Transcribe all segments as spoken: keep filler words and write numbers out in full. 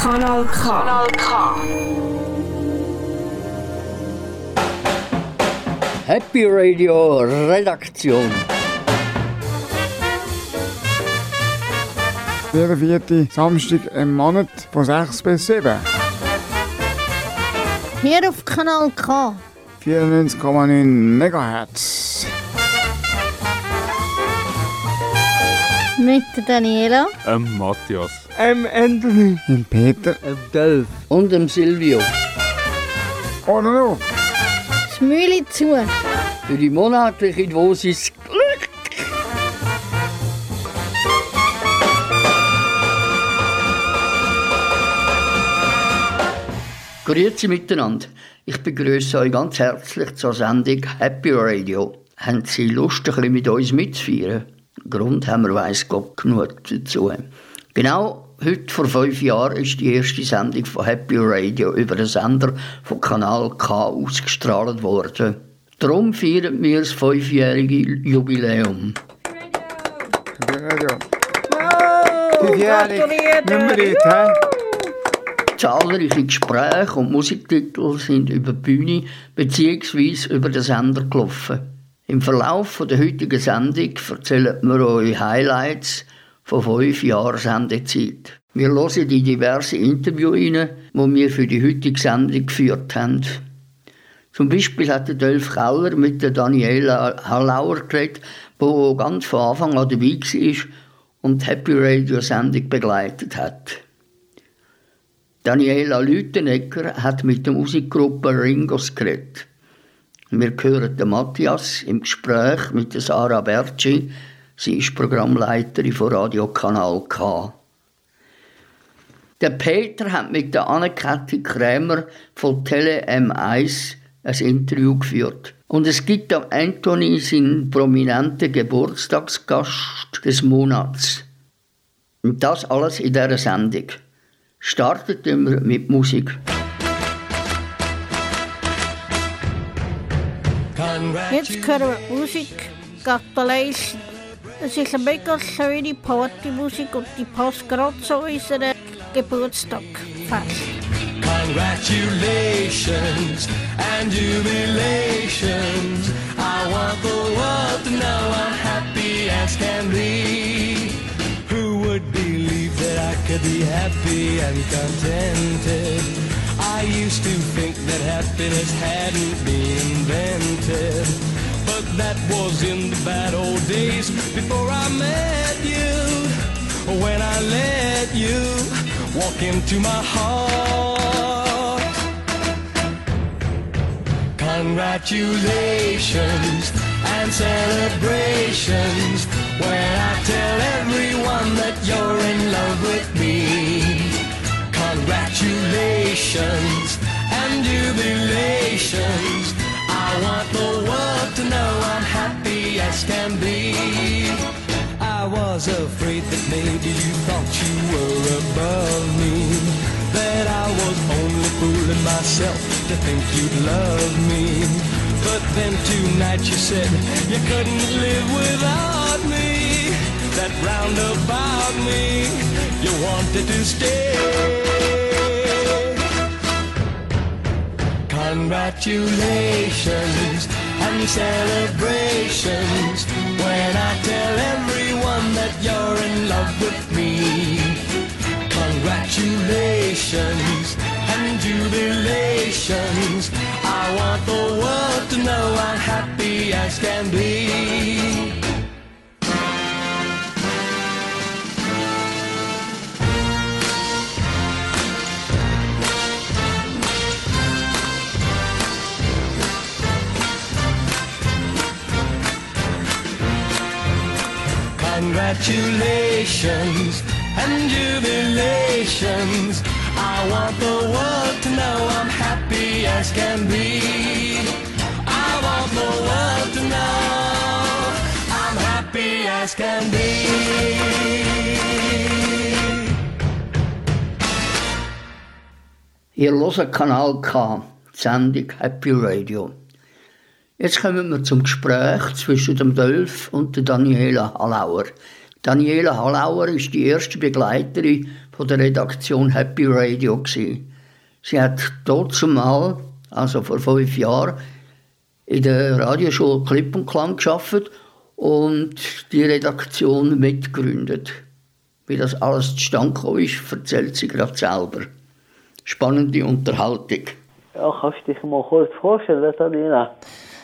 Kanal K. Kanal K. Happy Radio Redaktion. Jeden vierten Samstag im Monat von sechs bis sieben. Hier auf Kanal K. vierundneunzig Komma neun Megahertz. Mit der Daniela. Ähm, Matthias. Ähm, Anthony. Dem Peter. Ähm, Delf. Und dem Silvio. Oder noch? Das Mühle zu. Für die monatliche Dosis Glück. Grüezi miteinander. Ich begrüße euch ganz herzlich zur Sendung Happy Radio. Haben Sie Lust, ein bisschen mit uns mitzufeiern? Grund haben wir, weiss Gott, genug dazu. Genau heute vor fünf Jahren ist die erste Sendung von Happy Radio über den Sender von Kanal K ausgestrahlt worden. Darum feiern wir das fünfjährige Jubiläum. Happy Radio. Fünfjährig. Nummer eins, Zahlreiche Gespräche und Musiktitel sind über die Bühne bzw. über den Sender gelaufen. Im Verlauf der heutigen Sendung erzählen wir euch Highlights von fünf Jahren Sendezeit. Wir hören die diversen Interviews rein, die wir für die heutige Sendung geführt haben. Zum Beispiel hat der Dolf Keller mit der Daniela Hallauer geredet, die ganz von Anfang an dabei war und die Happy Radio Sendung begleitet hat. Daniela Lütenegger hat mit der Musikgruppe Ringos geredet. Wir hören den Matthias im Gespräch mit der Sarah Bertschi. Sie ist Programmleiterin von Radio Kanal K. Der Peter hat mit der Anne-Kathi Krämer von Tele M eins ein Interview geführt. Und es gibt am Anthony seinen prominenten Geburtstagsgast des Monats. Und das alles in dieser Sendung. Startet immer mit Musik. Jetzt hören wir Musik. Gratulation. Es ist eine mega schöne Partymusik und die passt gerade zu unserem Geburtstag fest. Congratulations and jubilations. I want the world to know I'm happy as can be. Who would believe that I could be happy and contented? I used to think that happiness hadn't been invented, but that was in the bad old days before I met you. When I let you walk into my heart. Congratulations and celebrations when I tell everyone that you're in love with me. Congratulations and jubilations. I want the world to know I'm happy as can be. I was afraid that maybe you thought you were above me, that I was only fooling myself to think you'd love me. But then tonight you said you couldn't live without me, that round about me you wanted to stay. Congratulations and celebrations when I tell everyone that you're in love with me. Congratulations and jubilations. I want the world to know I'm happy as can be. Congratulations and jubilations. I want the world to know I'm happy as can be. I want the world to know I'm happy as can be. Ihr hört Kanal K, die Sendung Happy Radio. Jetzt kommen wir zum Gespräch zwischen dem Dolf und der Daniela Hallauer. Daniela Hallauer ist die erste Begleiterin von der Redaktion Happy Radio gewesen. Sie hat dort zumal, also vor fünf Jahren, in der Radioschule Klipp und Klang gearbeitet und die Redaktion mitgegründet. Wie das alles zustande gekommen ist, erzählt sie gerade selber. Spannende Unterhaltung. Ja, kannst du dich mal kurz vorstellen, Daniela?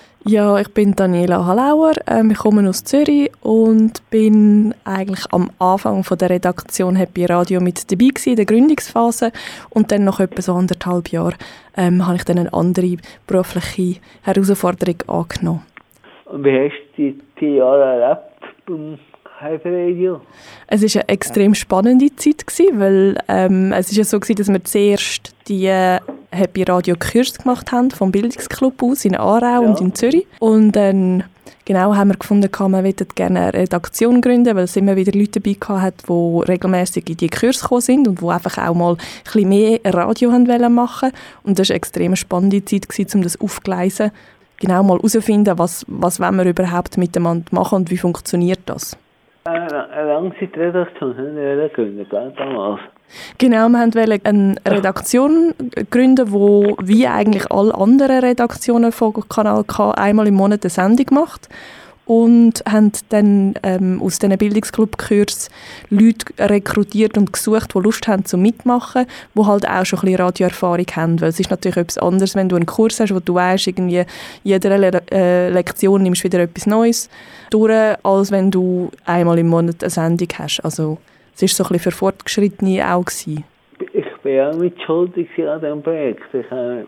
Ja, ich bin Daniela Hallauer, ähm, ich komme aus Zürich und bin eigentlich am Anfang von der Redaktion Happy Radio mit dabei gewesen, in der Gründungsphase, und dann nach etwa so anderthalb Jahren ähm, habe ich dann eine andere berufliche Herausforderung angenommen. Und wie hast du die, die Jahre erlebt beim Happy Radio? Es war eine extrem spannende Zeit gewesen, weil ähm, es ist ja so gewesen, dass wir zuerst die äh, Happy Radio Kurs gemacht haben vom Bildungsclub aus in Aarau ja. und in Zürich, und dann genau haben wir gefunden, man möchte gerne eine Redaktion gründen, weil es immer wieder Leute dabei hatten, die regelmäßig in die Kurse gekommen sind und die einfach auch mal ein bisschen mehr Radio haben machen. Und das war eine extrem spannende Zeit gewesen, um das aufzugleisen, genau mal herauszufinden, was, was wollen wir überhaupt miteinander machen und wie funktioniert das. Eine Langzeitredaktion haben wir gegründet, damals. Genau, wir wollten eine Redaktion gründen, die wie eigentlich alle anderen Redaktionen von Kanal K einmal im Monat eine Sendung macht. Und haben dann ähm, aus diesen Bildungsclub-Kursen Leute rekrutiert und gesucht, die Lust haben zum Mitmachen, die halt auch schon ein bisschen Radioerfahrung haben. Weil es ist natürlich etwas anderes, wenn du einen Kurs hast, wo du weißt, irgendwie jede Le- äh, Lektion nimmst wieder etwas Neues durch, als wenn du einmal im Monat eine Sendung hast. Also es war so ein bisschen für Fortgeschrittene auch gewesen. Ich war ja mitschuldig an diesem Projekt. Ich habe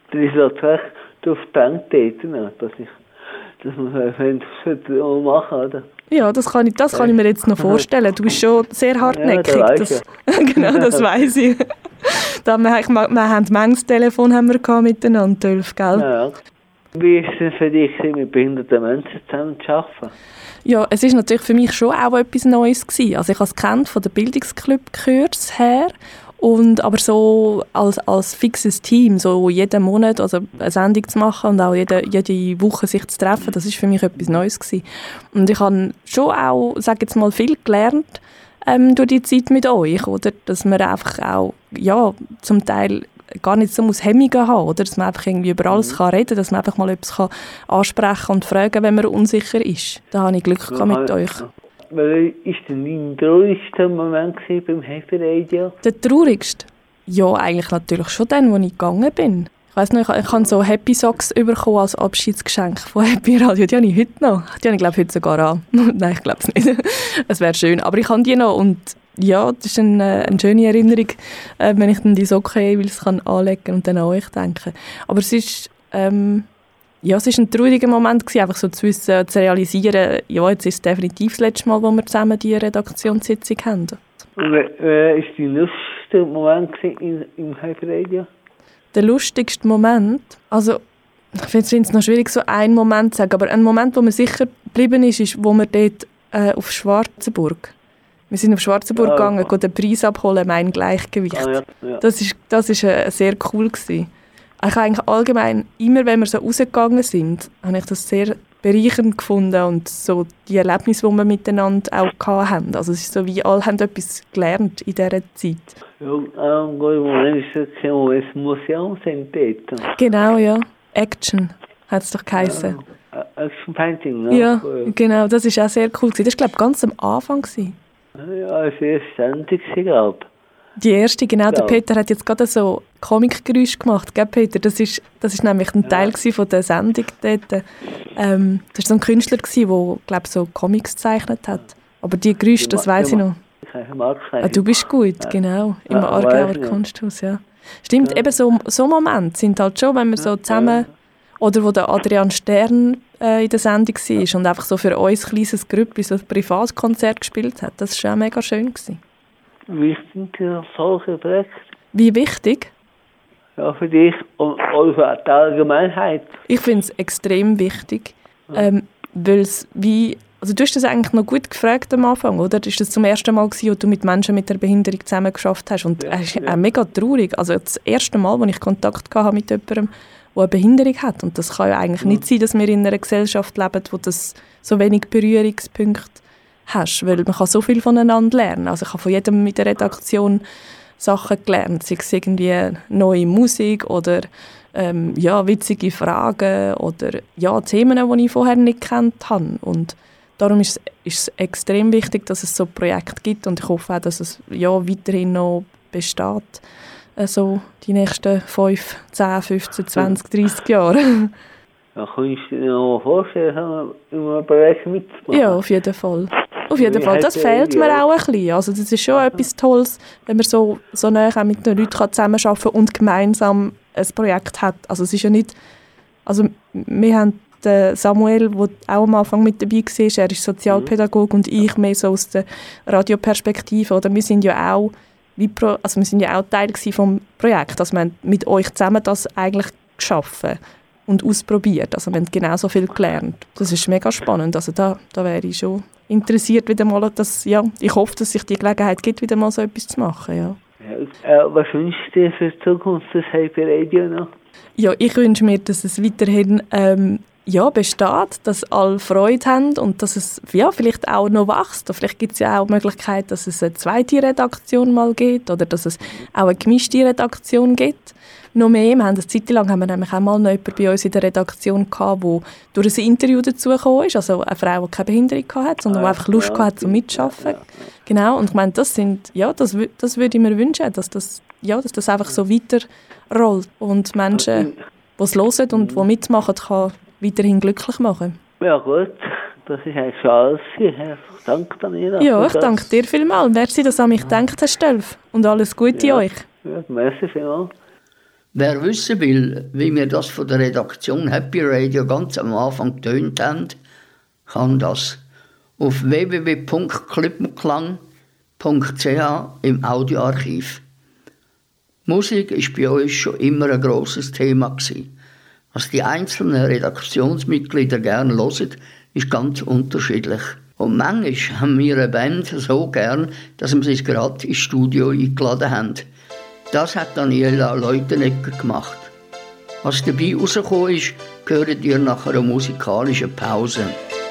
recht darauf gedacht, dass ich dass man das auch machen, oder? Ja, das kann ich, das kann ich mir jetzt noch vorstellen. Du bist schon sehr hartnäckig. Ja, das, genau, das weiss ich. da, wir, wir, wir haben manches Telefon haben wir gehabt miteinander, Tölf, gell? Ja. Wie war es denn für dich, mit behinderten Menschen zusammen zu arbeiten? Ja, es war natürlich für mich schon auch etwas Neues gewesen. Also ich habe es kennt von der Bildungsclub-Kurs her. Und aber so als, als fixes Team, so jeden Monat also eine Sendung zu machen und auch jede, jede Woche sich zu treffen, das war für mich etwas Neues gewesen. Und ich habe schon auch, sage jetzt mal, viel gelernt ähm, durch die Zeit mit euch, oder? Dass man einfach auch, ja, zum Teil gar nicht so muss Hemmungen haben, oder? Dass man einfach irgendwie über alles kann reden kann, dass man einfach mal etwas kann ansprechen und fragen, wenn man unsicher ist. Da habe ich Glück gehabt mit euch. Was war denn dein traurigster Moment beim Happy Radio? Der traurigste? Ja, eigentlich natürlich schon dann, als ich gegangen bin. Ich weiss noch, ich, ich habe so Happy Socks bekommen als Abschiedsgeschenk von Happy Radio. Die habe ich heute noch. Die habe ich, glaube ich, heute sogar an. Nein, ich glaube es nicht. Es wäre schön. Aber ich habe die noch und ja, das ist eine, eine schöne Erinnerung, äh, wenn ich dann die Socken jeweils anlegen kann und dann an euch denken. Aber es ist... Ähm, Ja, es war ein trauriger Moment, einfach so zu wissen, zu realisieren, ja, jetzt ist es definitiv das letzte Mal, wo wir zusammen die Redaktionssitzung haben. Und wer war dein lustigster Moment im, im Happy Radio? Der lustigste Moment? Also, ich finde es noch schwierig, so einen Moment zu sagen, aber ein Moment, wo mir sicher geblieben ist, ist, wo wir dort äh, auf Schwarzenburg. Wir sind auf Schwarzenburg ja, gegangen, ja. den Preis abholen, mein Gleichgewicht. Ah, ja, ja. Das ist, das ist äh, sehr cool gewesen. Ich habe eigentlich allgemein, immer wenn wir so rausgegangen sind, habe ich das sehr bereichernd gefunden und so die Erlebnisse, die wir miteinander auch hatten. Also es ist so, wie alle haben etwas gelernt in dieser Zeit. Ja, im Moment ist es ein Museum dort. Genau, ja. Action hat es doch geheißen. Ja, Action Painting, ne? Ja, genau. Das war auch sehr cool. Das war, glaube ich, ganz am Anfang. Ja, es war eine Sendung, glaube ich. Die erste, genau. Ja. Der Peter hat jetzt gerade so Comic-Geräusche gemacht, gell, Peter? Das ist, das ist nämlich ein Teil ja. von der Sendung dort. Ähm, das war so ein Künstler, der, glaube so Comics gezeichnet hat. Aber die Geräusche, das weiss ich noch. Ah, du bist gut, ja. genau. Im ja, Aargauer Kunsthaus, ja. Stimmt, ja. eben so, so Momente sind halt schon, wenn wir so zusammen... Oder wo der Adrian Stern äh, in der Sendung war und einfach so für uns ein kleines Grüppli so ein Privatkonzert gespielt hat. Das war auch mega schön gewesen. Wie sind dir solche Projekte? Wie wichtig? Ja, für dich und auch für die Allgemeinheit. Ich finde es extrem wichtig, ähm, weil es wie... Also du hast das eigentlich noch gut gefragt am Anfang, oder? Ist das zum ersten Mal gewesen, wo du mit Menschen mit der Behinderung zusammen geschafft hast? Und es ja, ist auch mega traurig. Also das erste Mal, als ich Kontakt hatte mit jemandem, der eine Behinderung hat. Und das kann ja eigentlich ja. nicht sein, dass wir in einer Gesellschaft leben, wo das so wenig Berührungspunkte hast, weil man kann so viel voneinander lernen. Also ich habe von jedem in der Redaktion Sachen gelernt, sei es irgendwie neue Musik oder ähm, ja, witzige Fragen oder ja, Themen, die ich vorher nicht gekannt habe. Und darum ist es, ist es extrem wichtig, dass es so Projekte gibt und ich hoffe auch, dass es ja, weiterhin noch besteht, also die nächsten fünf, zehn, fünfzehn, zwanzig, dreissig Jahre. Ja, kannst du dir noch vorstellen, in einem Projekt mitzumachen? Ja, auf jeden Fall. Auf jeden Wie Fall, das hat fehlt der- mir auch ein bisschen. Also das ist schon Aha. etwas Tolles, wenn man so, so nah auch mit den Leuten zusammenarbeiten kann und gemeinsam ein Projekt hat. Also es ist ja nicht... Also wir haben den Samuel, der auch am Anfang mit dabei war, er ist Sozialpädagoge und ich mehr so aus der Radioperspektive. Oder wir sind ja auch, wie Pro, also wir sind ja auch Teil vom Projekt. Also wir haben mit euch zusammen das eigentlich geschaffen und ausprobiert. Also wir haben genauso viel gelernt. Das ist mega spannend. Also da, da wäre ich schon interessiert, wieder mal das, ja, ich hoffe, dass sich die Gelegenheit gibt, wieder mal so etwas zu machen, ja. Ja, äh, was wünschst du dir für die Zukunft des Happy Radio noch? Ja, ich wünsche mir, dass es weiterhin ähm, ja, besteht, dass alle Freude haben und dass es ja, vielleicht auch noch wächst. Vielleicht gibt es ja auch die Möglichkeit, dass es eine zweite Redaktion mal gibt oder dass es auch eine gemischte Redaktion gibt. Noch mehr, wir haben eine Zeit lang haben wir nämlich auch mal noch jemanden bei uns in der Redaktion gehabt, der durch ein Interview dazugekommen ist, also eine Frau, die keine Behinderung hatte, sondern die einfach Lust hatte, zum Mitzuarbeiten. Genau, und ich meine, das sind, ja, das, das würde ich mir wünschen, dass das, ja, dass das einfach so weiterrollt und Menschen, die es hören und die mitmachen, kann weiterhin glücklich machen. Ja gut, das ist eigentlich schon alles. Herzlichen Dank, Daniela. Ja, für ich das. danke dir vielmals. Merci, dass du an mich gedacht hast, Stölf. Und alles Gute Ja. euch. Ja, merci vielmals. Wer wissen will, wie wir das von der Redaktion Happy Radio ganz am Anfang getönt haben, kann das auf w w w punkt klippenklang punkt c h im Audioarchiv. Musik war bei uns schon immer ein grosses Thema gewesen. Was die einzelnen Redaktionsmitglieder gerne hören, ist ganz unterschiedlich. Und manchmal haben wir eine Band so gern, dass wir sie gerade ins Studio eingeladen haben. Das hat Daniela Leutenegger gemacht. Was dabei rausgekommen ist, hört ihr nach einer musikalischen Pause.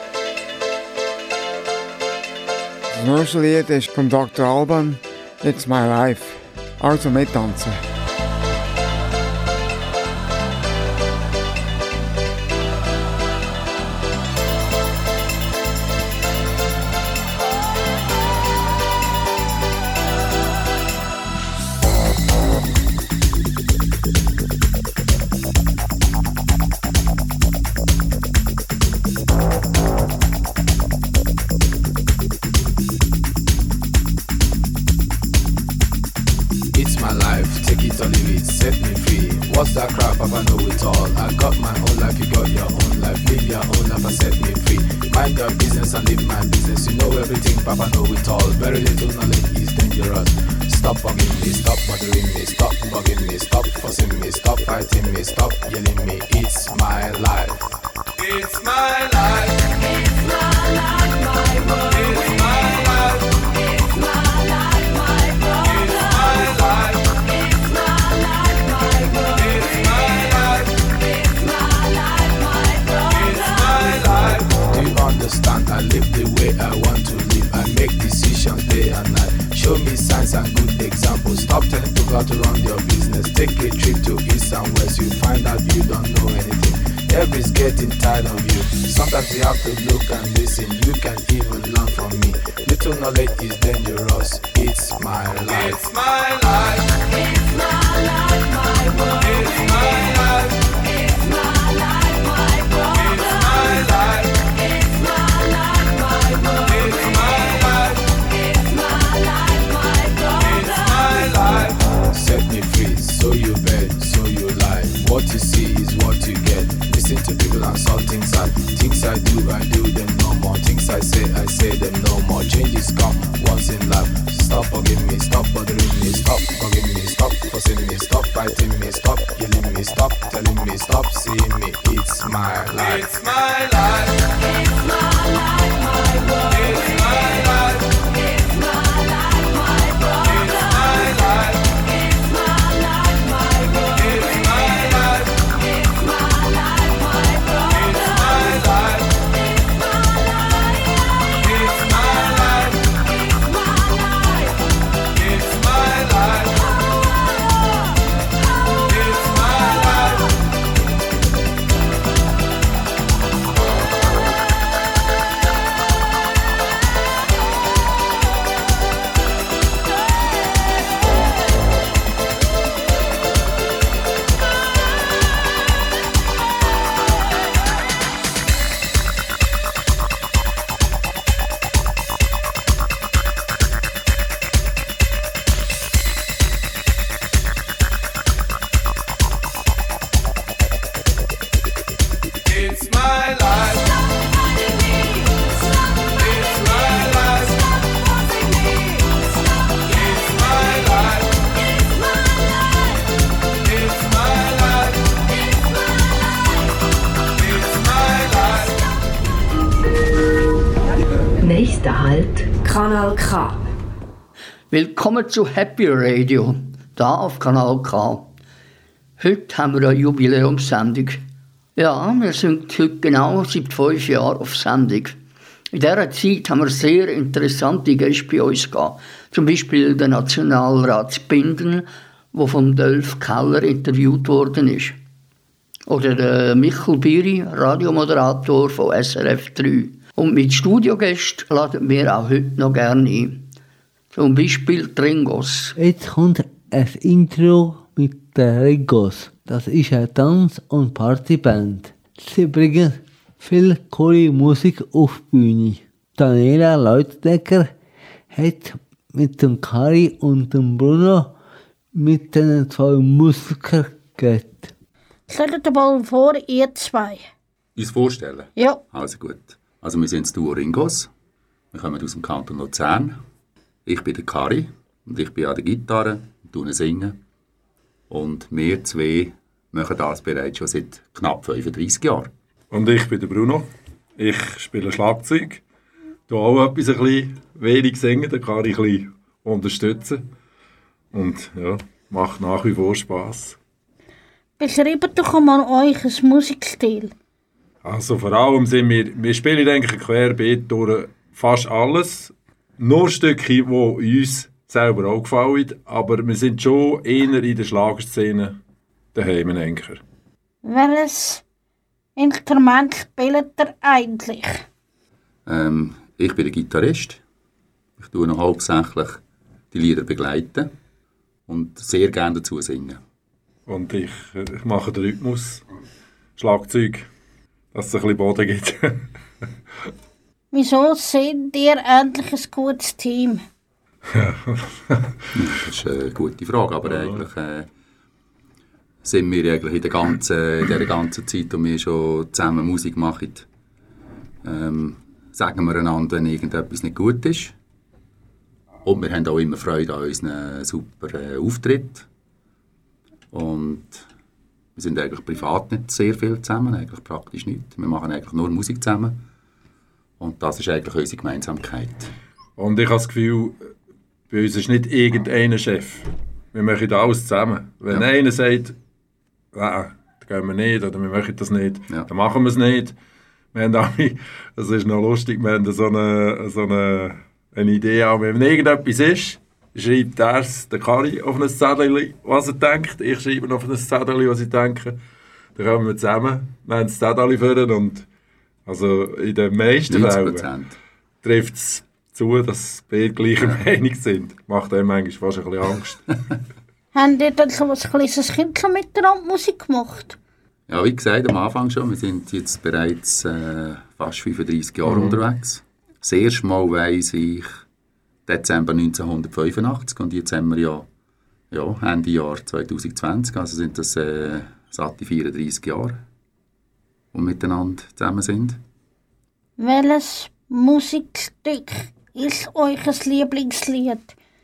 Das nächste Lied ist von Doktor Alban, It's My Life. Also mittanzen. It's my life, take it or leave it, set me free. What's that crap, Papa know it all. I got my own life, you got your own life. Live your own life and set me free. Mind your business and live my business. You know everything, Papa know it all. Very little knowledge is dangerous. Stop bugging me, stop bothering me, stop bugging me, stop fussing me, stop fighting me, stop yelling me. It's my life. It's my life. It's my life, my world. It's my life. It's my life, my brother. It's my life. It's my life, my world. It's my life. It's my life, my brother. It's my life. Do you understand? I live the way I want to live. I make decisions day and night. Show me signs and good examples. Stop telling people how to run your business. Take a trip to east and west. You find out you don't know anything. Everybody's getting tired of you. Sometimes you have to look and listen. You can even learn from me. Little knowledge is dangerous. It's my life. It's my life. It's my life, my world. It's my life. It's my life, my brother. It's my life. It's my life, my world. It's my life. It's my life, my brother. It's my life. Set me free, so you bet, so you lie. What you see is what you get. Listen to people and saw things I Things I do, I do them no more. Things I say, I say them no more. Changes come once in life. Stop bugging me, stop bothering me, stop bugging me, stop fussing me, stop fighting me, stop yelling me, stop telling me, stop seeing me. It's my life. It's my life. It's my life, my world. It's my life. It's my life, my brother. It's my life. It's my life, my world. It's my life. It's my life, my brother. It's my life. It's my life. It's my life. Nächster Halt, Kanal K. Willkommen zu Happy Radio, da auf Kanal K. Heute haben wir eine Jubiläumssendung. Ja, wir sind heute genau seit fünf Jahren auf Sendung. In dieser Zeit haben wir sehr interessante Gäste bei uns gehabt. Zum Beispiel den Nationalrat Zbinden, der von Dolf Keller interviewt worden ist. Oder der Michel Biri, Radiomoderator von S R F drei. Und mit Studiogästen laden wir auch heute noch gerne ein. Zum Beispiel die Ringos. Jetzt kommt ein Intro mit den Ringos. Das ist eine Tanz- und Partyband. Sie bringen viel coole Musik auf die Bühne. Daniela Leutdecker hat mit dem Kari und dem Bruno mit den zwei Musikern geredet. Stellt euch mal vor, ihr zwei. Uns vorstellen? Ja. Also gut. Also wir sind das Duo Ringos. Wir kommen aus dem Kanton Luzern. Ich bin der Kari und ich bin an der Gitarre und singen. Und wir zwei machen das bereits schon seit knapp fünfunddreissig Jahren. Und ich bin der Bruno. Ich spiele Schlagzeug. Ich auch etwas ein bisschen wenig singen, da kann ich ein bisschen unterstützen. Und ja, macht nach wie vor Spass. Beschreibt doch mal euch Musikstil. Also vor allem sind wir, wir spielen eigentlich querbeet durch fast alles. Nur Stücke, die uns selber auch gefallen, aber wir sind schon eher in der Schlagerszene daheim, denke ich. Welches Instrument spielt ihr eigentlich? Ähm, ich bin der Gitarrist. Ich tue noch hauptsächlich die Lieder begleiten und sehr gerne dazu singen. Und ich, ich mache den Rhythmus, Schlagzeug, dass es ein bisschen Boden gibt. Wieso seid ihr endlich ein gutes Team? Das ist eine gute Frage, aber ja. eigentlich äh, sind wir eigentlich in der ganzen, in der ganzen Zeit, wo wir schon zusammen Musik machen, ähm, sagen wir einander, wenn irgendetwas nicht gut ist. Und wir haben auch immer Freude an unseren super äh, Auftritt. Und wir sind eigentlich privat nicht sehr viel zusammen, eigentlich praktisch nicht. Wir machen eigentlich nur Musik zusammen. Und das ist eigentlich unsere Gemeinsamkeit. Und ich habe das Gefühl, bei uns ist nicht irgendein Chef. Wir machen alles zusammen. Wenn ja. einer sagt, nein, das gehen wir nicht oder wir machen das nicht, ja. dann machen wir es nicht. Wir haben alle, das ist noch lustig, wir haben so eine, so eine, eine Idee, auch wenn irgendetwas ist, schreibt er der Kari auf ein Zettel, was er denkt. Ich schreibe auf ein Zettel, was ich denke. Dann kommen wir zusammen, nehmen das Zettel für und also in den meisten Fällen trifft es zu, dass wir gleicher Meinung sind. Macht einem manchmal fast ein bisschen Angst. Habt ihr dann so ein kleines Kind miteinander Musik gemacht? Ja, wie gesagt, am Anfang schon. Wir sind jetzt bereits äh, fast fünfunddreissig Jahre mhm. unterwegs. Das erste Mal weiss ich Dezember neunzehnhundertfünfundachtzig und jetzt haben wir ja, ja Ende Jahr zwanzig zwanzig, also sind das äh, satte vierunddreissig Jahre, die miteinander zusammen sind. Welches Musikstück ist euch ein Lieblingslied?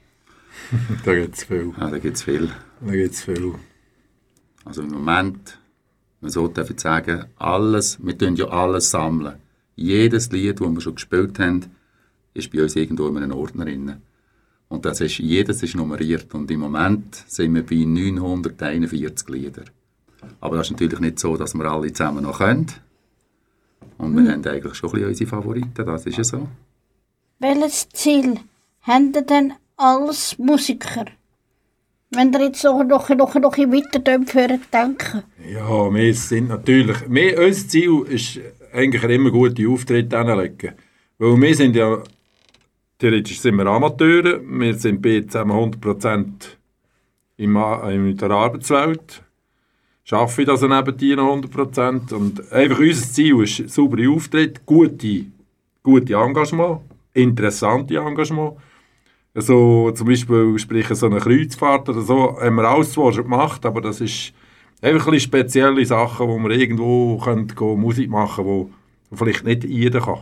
Da gibt es viel. Ja, da gibt es viel. Da gibt's viel. Also im Moment, man sollte sagen, alles, wir tun ja alles sammeln. Jedes Lied, das wir schon gespielt haben, ist bei uns irgendwo in einem Ordner drin. Und das ist, jedes ist nummeriert. Und im Moment sind wir bei neunhunderteinundvierzig Lieder. Aber das ist natürlich nicht so, dass wir alle zusammen noch können. Und wir mhm. haben eigentlich schon ein bisschen unsere Favoriten, das ist ja so. Welches Ziel haben ihr denn als Musiker? Wenn ihr jetzt noch, noch, noch, noch weiter denken. Ja, wir sind natürlich... Wir, unser Ziel ist eigentlich immer gute Auftritte hinzulegen. Weil wir sind ja... Theoretisch sind wir Amateure. Wir sind beide zusammen hundert Prozent in der Arbeitswelt. Arbeiten wir das nebenbei noch hundert Prozent. Und einfach unser Ziel ist saubere Auftritte, gute, gute Engagement, interessante Engagement. Also, zum Beispiel sprich so eine Kreuzfahrt oder so, haben wir alles zwar schon gemacht, aber das ist einfach ein bisschen spezielle Sachen, wo wir irgendwo können gehen, Musik machen können, wo vielleicht nicht jeder kann.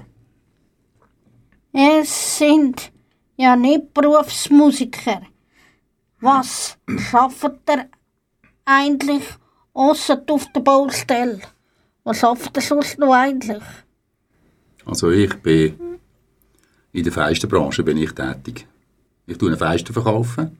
Es sind ja nicht Berufsmusiker. Was schafft ihr eigentlich ausser auf der Baustelle? Was schafft ihr sonst noch eigentlich? Also ich bin In der Feistenbranche bin ich tätig. Ich tue Feisten verkaufen.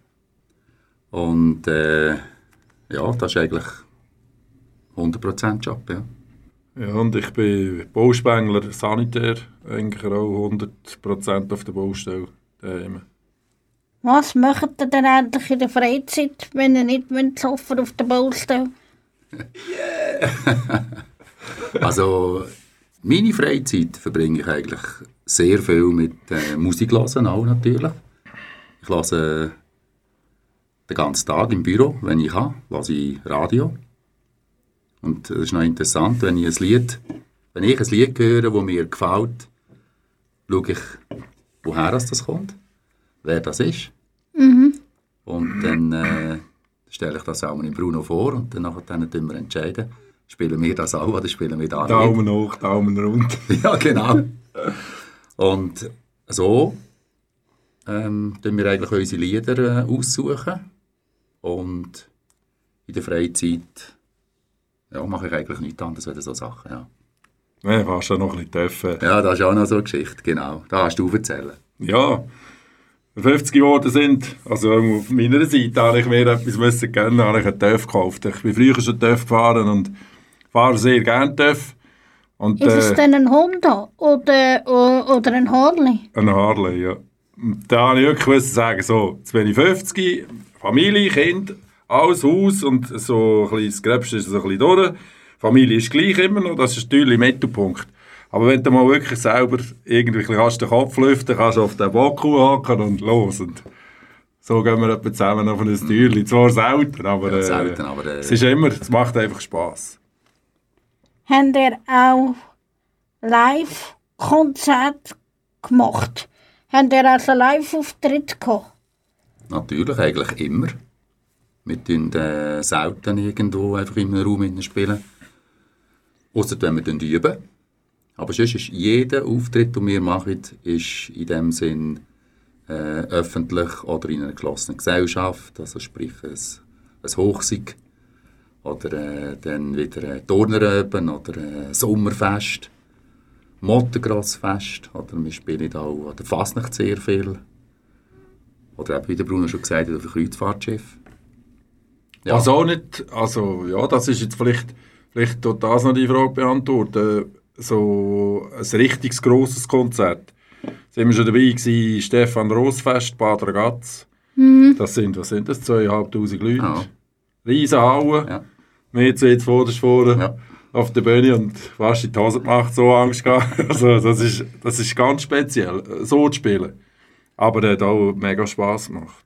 Und äh, ja, das ist eigentlich hundert Prozent Job, ja. Ja, und ich bin Bauspengler, Sanitär, eigentlich auch hundert Prozent auf der Baustelle daheim. Was macht ihr denn eigentlich in der Freizeit, wenn ihr nicht laufen auf der Baustelle? Yeah. Also, meine Freizeit verbringe ich eigentlich sehr viel mit äh, Musik hören, auch natürlich. Ich höre den ganzen Tag im Büro, wenn ich kann, höre ich Radio. Und das ist noch interessant, wenn ich ein Lied, wenn ich ein Lied höre, das mir gefällt, schaue ich, woher das kommt, wer das ist. Mhm. Und dann äh, stelle ich das auch dem Bruno vor und dann entscheiden wir entscheiden, spielen wir das auch oder spielen wir das nicht. Daumen hoch, Daumen rund. Ja, genau. Und so ähm, tun wir eigentlich unsere Lieder äh, aussuchen. Und in der Freizeit ja, mache ich eigentlich nichts anderes als so Sachen. Ja. Ja, fast ja noch ein bisschen dürfen. Ja, das ist auch noch so eine Geschichte, genau. Da hast du erzählen. Ja, fünfzig geworden sind, also auf meiner Seite habe ich mir etwas müssen gönnen, habe ich einen TÜV gekauft. Ich bin früher schon TÜV gefahren und fahre sehr gerne TÜV. Und, ist es äh, denn ein Honda oder, oder ein Harley? Ein Harley, ja. Und da habe ich wirklich sagen, so, jetzt bin ich fünfzig, Familie, Kind, alles Haus und so ein bisschen, das Gröbste ist so ein bisschen durch. Familie ist gleich immer noch, das ist natürlich der Mittelpunkt. Aber wenn du mal wirklich selber irgendwie kannst den Kopf lüften, kannst du auf den Baku haken und los. Und so gehen wir etwa zusammen auf ein Türchen. Zwar selten, aber, Ja, äh, selten, aber äh, es ist immer, es macht einfach Spass. Habt ihr auch Live-Konzerte gemacht? Habt ihr also Live-Auftritte gehabt? Natürlich, eigentlich immer. Wir tun äh, selten irgendwo einfach in einem Raum spielen. Ausser wenn wir üben. Aber sonst ist jeder Auftritt, den wir machen, ist in dem Sinn äh, öffentlich oder in einer geschlossenen Gesellschaft. Also sprich ein, ein Hochsig oder äh, dann wieder ein Turneröben oder ein Sommerfest, Mottengrossfest oder wir spielen auch an der Fasnacht sehr viel. Oder eben, wie der Bruno schon gesagt hat, auf ein Kreuzfahrtschiff. Ja. Also auch nicht, also ja, das ist jetzt vielleicht, vielleicht tut das noch die Frage beantworten. So ein richtig grosses Konzert. Da sind wir schon dabei gewesen, Stefan Rossfest, Bad Ragaz. Mhm. Das sind, was sind das, zweitausendfünfhundert Leute. Ja. Riesenhauen. Ja. Wir sind jetzt vorderst vorne Ja. auf der Bühne und fast in die Hose gemacht, so Angst gehabt. Also das ist, das ist ganz speziell, so zu spielen. Aber er hat auch mega Spass gemacht.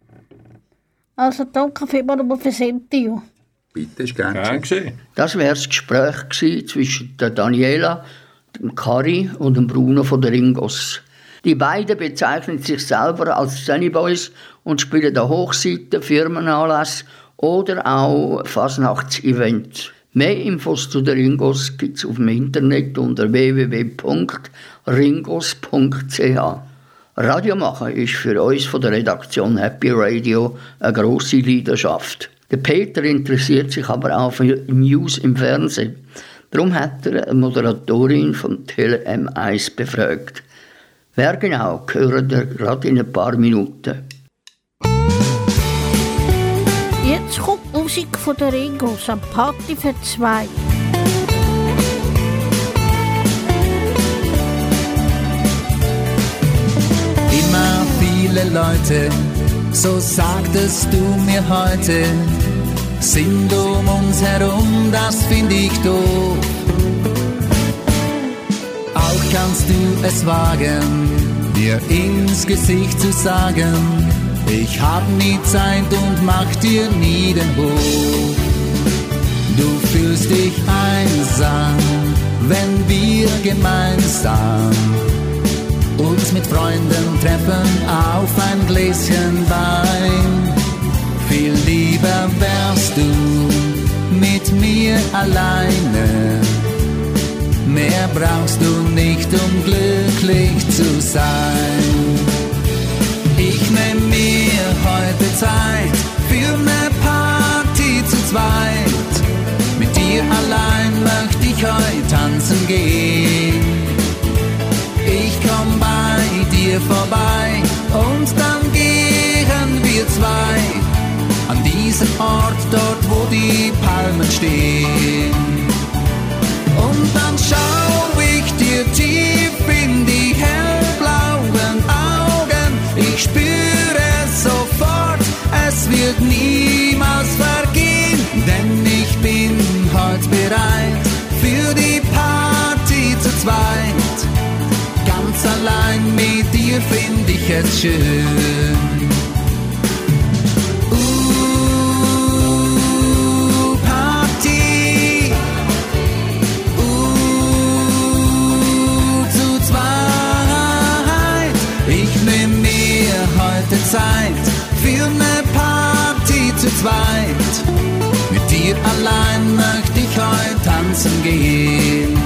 Also danke vielmals für das Interview. Bitte, ist gerne Gern geschehen. Das war das Gespräch gewesen zwischen der Daniela, dem Kari und dem Bruno von der Ringos. Die beiden bezeichnen sich selber als Sunnyboys und spielen an Hochzeiten, Firmenanlässe oder auch Fasnachtsevents. Mehr Infos zu der Ringos gibt es auf dem Internet unter w w w punkt ringos punkt c h. Radio machen ist für uns von der Redaktion Happy Radio eine grosse Leidenschaft. Der Peter interessiert sich aber auch für News im Fernsehen. Darum hat er eine Moderatorin von Tele M eins befragt. Wer genau, hören wir gerade in ein paar Minuten. Jetzt kommt Musik von der Ringos am Party für zwei. Immer viele Leute, so sagtest du mir heute, sind um uns herum, das find ich doof. Auch kannst du es wagen, mir ins Gesicht zu sagen, ich hab nie Zeit und mach dir nie den Hof. Du fühlst dich einsam, wenn wir gemeinsam uns mit Freunden treffen auf ein Gläschen Wein. Viel lieber wärst du mit mir alleine. Mehr brauchst du nicht, um glücklich zu sein. Ich nehm mir heute Zeit für eine Party zu zweit. Mit dir allein möchte ich heute tanzen gehen. Ich komm bei dir dir vorbei und dann gehen wir zwei an diesen Ort dort, wo die Palmen stehen. Und dann schau ich dir tief in die hellblauen Augen. Ich spüre sofort, es wird niemals vergehen, denn ich bin heute bereit für die Party zu zweit. Ganz allein mit dir find ich es schön. Uh, Party. Uh, zu zweit. Ich nehm mir heute Zeit für ne Party zu zweit. Mit dir allein möchte ich heute tanzen gehen.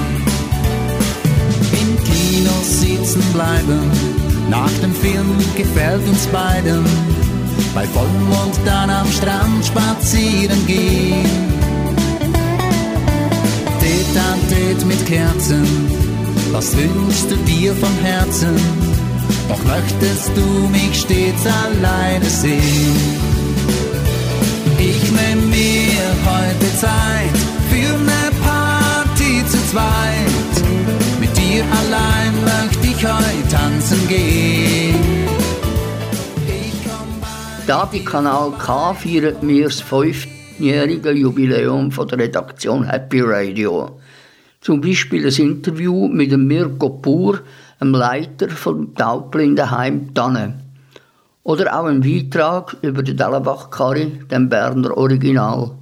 Im Kino sitzen bleiben, nach dem Film gefällt uns beiden. Bei Vollmond dann am Strand spazieren gehen. Tete an Tete mit Kerzen, was wünschst du dir von Herzen? Doch möchtest du mich stets alleine sehen. Ich nehm mir heute Zeit für ne Party zu zweit. Mit dir allein möchte ich heute tanzen gehen. Da bei Kanal K feiern wir das fünfjährige Jubiläum von der Redaktion Happy Radio. Zum Beispiel ein Interview mit dem Mirko Pur, dem Leiter vom Taubblindenheim Tanne. Oder auch ein Beitrag über den Dellenbach-Karri, dem Berner Original.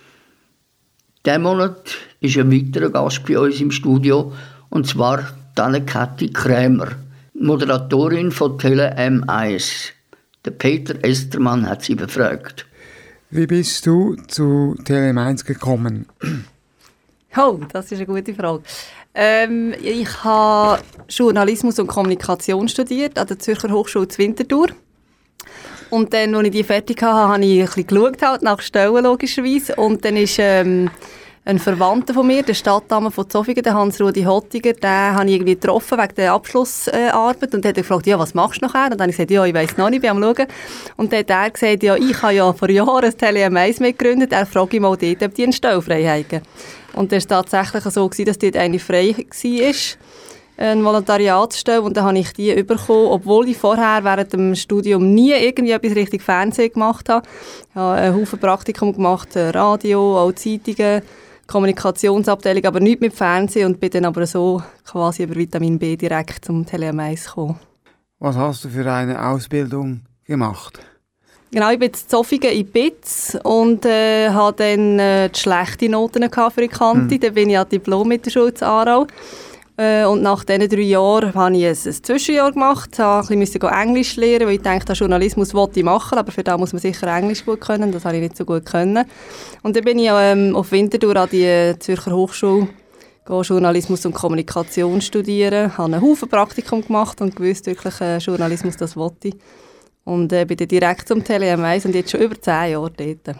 Diesen Monat ist ein weiterer Gast bei uns im Studio, und zwar Anne-Kathi Krämer, Moderatorin von Tele M eins. Der Peter Estermann hat sie befragt. Wie bist du zu Tele M eins gekommen? Oh, das ist eine gute Frage. Ähm, ich habe Journalismus und Kommunikation studiert an der Zürcher Hochschule zu Winterthur. Und dann, als ich die fertig hatte, habe ich ein bisschen geschaut, halt, nach Stellen logischerweise. Und dann ist ähm, ein Verwandter von mir, der Stadtdame von Zofingen, der Hans-Rudi Hottiger, den habe ich irgendwie getroffen wegen der Abschlussarbeit. Und der hat gefragt, ja, was machst du nachher? Und dann habe ich gesagt, ja, ich weiss noch nicht, ich bin am Schauen. Und dann hat er gesagt, ja, ich habe ja vor Jahren ein Tele M eins mitgegründet, er fragt mich mal dort, ob die eine Stelle frei haben. Und das war tatsächlich so, dass dort eine frei war. Eine Volontariatsstelle, und dann habe ich die bekommen, obwohl ich vorher während dem Studium nie irgendwie etwas richtig Fernsehen gemacht habe. Ich habe einen Haufen Praktikum gemacht, Radio, auch Zeitungen, Kommunikationsabteilung, aber nichts mit Fernsehen, und bin dann aber so quasi über Vitamin B direkt zum Tele M eins gekommen. Was hast du für eine Ausbildung gemacht? Genau, ich bin in Zofingen in Bitz und äh, hatte dann äh, die schlechte Noten für die Kante. Hm. Dann bin ich an Diplom mit der Schule in Aarau. Und nach diesen drei Jahren habe ich ein, ein Zwischenjahr gemacht, ich musste ein bisschen Englisch lernen, weil ich dachte, Journalismus wollte ich machen, aber für das muss man sicher Englisch gut können, das habe ich nicht so gut können. Und dann bin ich ähm, auf Winterthur an die Zürcher Hochschule Journalismus und Kommunikation studieren, habe einen Haufen Praktikum gemacht und gewusst, wirklich äh, Journalismus, das wollte ich. Und äh, bin dann direkt zum Tele M eins und jetzt schon über zehn Jahre dort.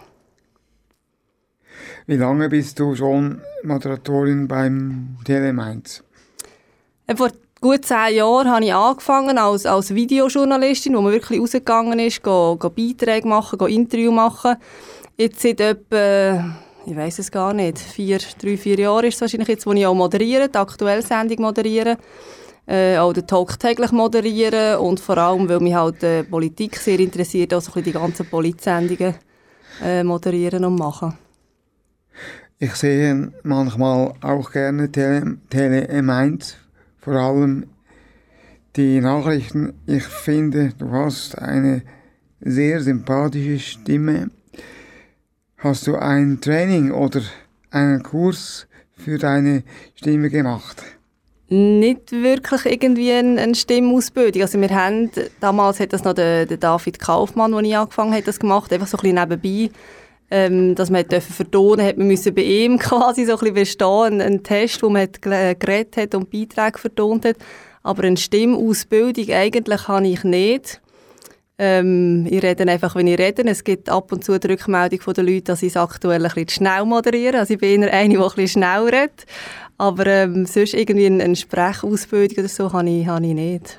Wie lange bist du schon Moderatorin beim Tele M eins? Vor gut zehn Jahren habe ich angefangen als, als Videojournalistin, wo man wirklich rausgegangen ist, go, go Beiträge machen, go Interview machen. Jetzt seit etwa, ich weiss es gar nicht, vier, drei, vier Jahre ist es wahrscheinlich jetzt, wo ich auch moderiere, die aktuelle Sendung moderiere, äh, auch den Talk täglich moderiere, und vor allem, weil mich halt äh, Politik sehr interessiert, auch so ein bisschen die ganzen Polit-Sendungen äh, moderieren und machen. Ich sehe manchmal auch gerne Tele, Tele M eins. Vor allem die Nachrichten. Ich finde, du hast eine sehr sympathische Stimme. Hast du ein Training oder einen Kurs für deine Stimme gemacht? Nicht wirklich irgendwie eine, eine Stimmausbildung. Also wir haben, damals hat das noch der, der David Kaufmann, als ich angefangen habe, das gemacht, einfach so ein bisschen nebenbei. Ähm, dass man vertonen hat, man müssen bei ihm quasi so ein bisschen bestehen, einen Test, wo man hat geredet hat und Beiträge vertont hat. Aber eine Stimmausbildung eigentlich habe ich nicht. Ähm, ich rede einfach, wenn ich rede. Es gibt ab und zu die Rückmeldung von den Leuten, dass ich es aktuell ein bisschen schnell moderiere. Also ich bin eher eine, die ein bisschen schnell redet. Aber ähm, sonst irgendwie eine, eine Sprechausbildung oder so habe ich, habe ich nicht.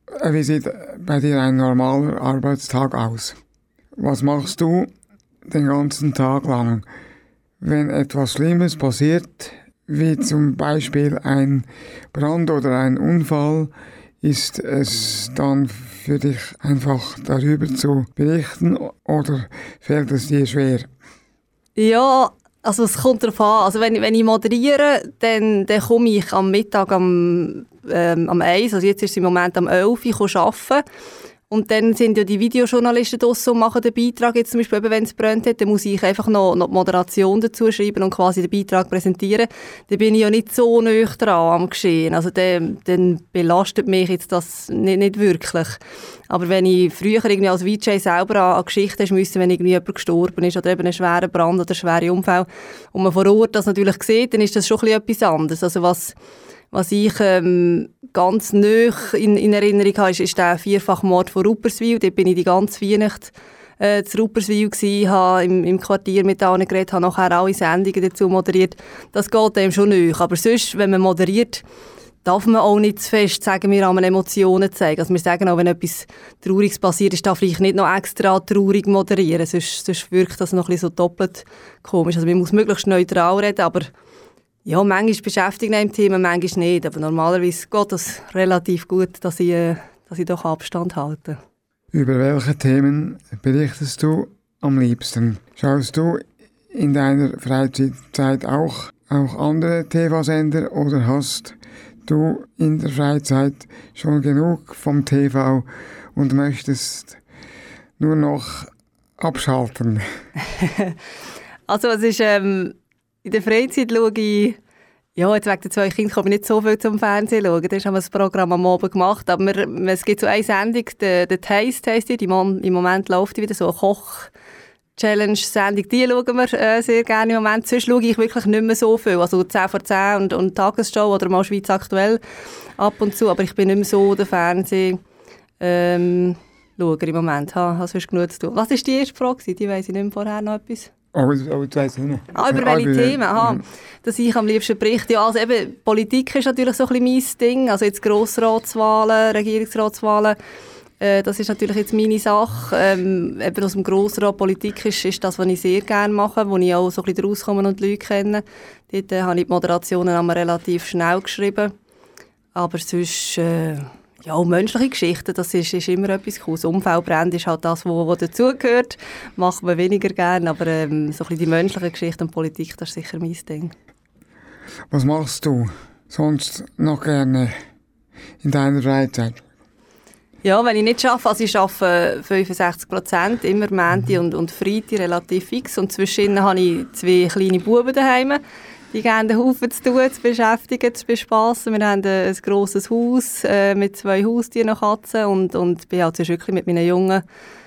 Wie sieht bei dir ein normaler Arbeitstag aus? Was machst du den ganzen Tag lang? Wenn etwas Schlimmes passiert, wie zum Beispiel ein Brand oder ein Unfall, ist es dann für dich einfach darüber zu berichten oder fällt es dir schwer? Ja, also es kommt darauf an. Also wenn, wenn ich moderiere, dann, dann komme ich am Mittag am, ähm, am eins, also jetzt ist es im Moment am elf Uhr, arbeiten. Und dann sind ja die Videojournalisten draussen und machen den Beitrag. Jetzt zum Beispiel, wenn es brennt hat, dann muss ich einfach noch, noch die Moderation dazu schreiben und quasi den Beitrag präsentieren. Dann bin ich ja nicht so nahe dran am Geschehen. Also dann, dann belastet mich jetzt das nicht, nicht wirklich. Aber wenn ich früher irgendwie als V J selber an, an Geschichten musste, wenn irgendwie jemand gestorben ist oder eben einen schweren Brand oder einen schweren Unfall und man vor Ort das natürlich sieht, dann ist das schon ein bisschen etwas anderes. Also was Was ich ähm, ganz nahe in, in Erinnerung habe, ist, ist der Vierfachmord von Rupperswil. Dort bin ich die ganze Weihnacht äh, zu Rupperswil gewesen, habe im, im Quartier mit allen geredet, habe nachher alle Sendungen dazu moderiert. Das geht einem schon nahe. Aber sonst, wenn man moderiert, darf man auch nicht zu fest, sagen wir, an Emotionen zeigen. Also wir sagen auch, wenn etwas Trauriges passiert ist, darf ich nicht noch extra traurig moderieren. Sonst, sonst wirkt das noch ein bisschen so doppelt komisch. Also man muss möglichst neutral reden, aber ja, manchmal beschäftigt mich im Thema, manchmal nicht. Aber normalerweise geht das relativ gut, dass ich, äh, dass ich doch Abstand halte. Über welche Themen berichtest du am liebsten? Schaust du in deiner Freizeit auch, auch andere T V-Sender oder hast du in der Freizeit schon genug vom T V und möchtest nur noch abschalten? Also es ist... Ähm In der Freizeit schaue ich, ja, jetzt wegen den zwei Kindern kann ich nicht so viel zum Fernsehen schauen. Da haben wir das Programm am Abend gemacht. Aber wir, es gibt so eine Sendung, der, der Taste heisst die, die Im Moment läuft die wieder, so eine Koch-Challenge-Sendung. Die schauen wir äh, sehr gerne im Moment. Sonst schaue ich wirklich nicht mehr so viel. Also zehn vor zehn und, und Tagesschau oder mal Schweiz aktuell ab und zu. Aber ich bin nicht mehr so der Fernsehen. Ähm, Schauer im Moment. Ha, hast du genug zu tun. Was war die erste Frage? Die weiss ich nicht mehr vorher noch etwas. Oh, oh, ich weiss nicht. Ah, über welche Themen? Aha, dass ich am liebsten berichte. Ja, also eben, Politik ist natürlich so ein bisschen mein Ding. Also jetzt Grossratswahlen, Regierungsratswahlen, äh, das ist natürlich jetzt meine Sache. Ähm, eben aus dem Grossrat Politik ist, ist das, was ich sehr gerne mache, wo ich auch so ein bisschen rauskomme und die Leute kenne. Dort äh, habe ich die Moderationen einmal relativ schnell geschrieben. Aber sonst... Äh, Ja, und menschliche Geschichten, das ist, ist immer etwas Cooles. Umfeldbrände ist halt das, was dazugehört. Macht man weniger gerne, aber ähm, so ein bisschen die menschliche Geschichte und Politik, das ist sicher mein Ding. Was machst du sonst noch gerne in deiner Freizeit? Ja, wenn ich nicht arbeite, also ich arbeite fünfundsechzig Prozent, immer Montag und, und Freitag relativ fix. Und zwischen habe ich zwei kleine Buben daheim. Die gerne den Haufen zu tun, zu beschäftigen, zu bespassen. Wir haben ein, ein grosses Haus äh, mit zwei Haustieren und Katzen und, und bin halt wirklich mit meinen Jungen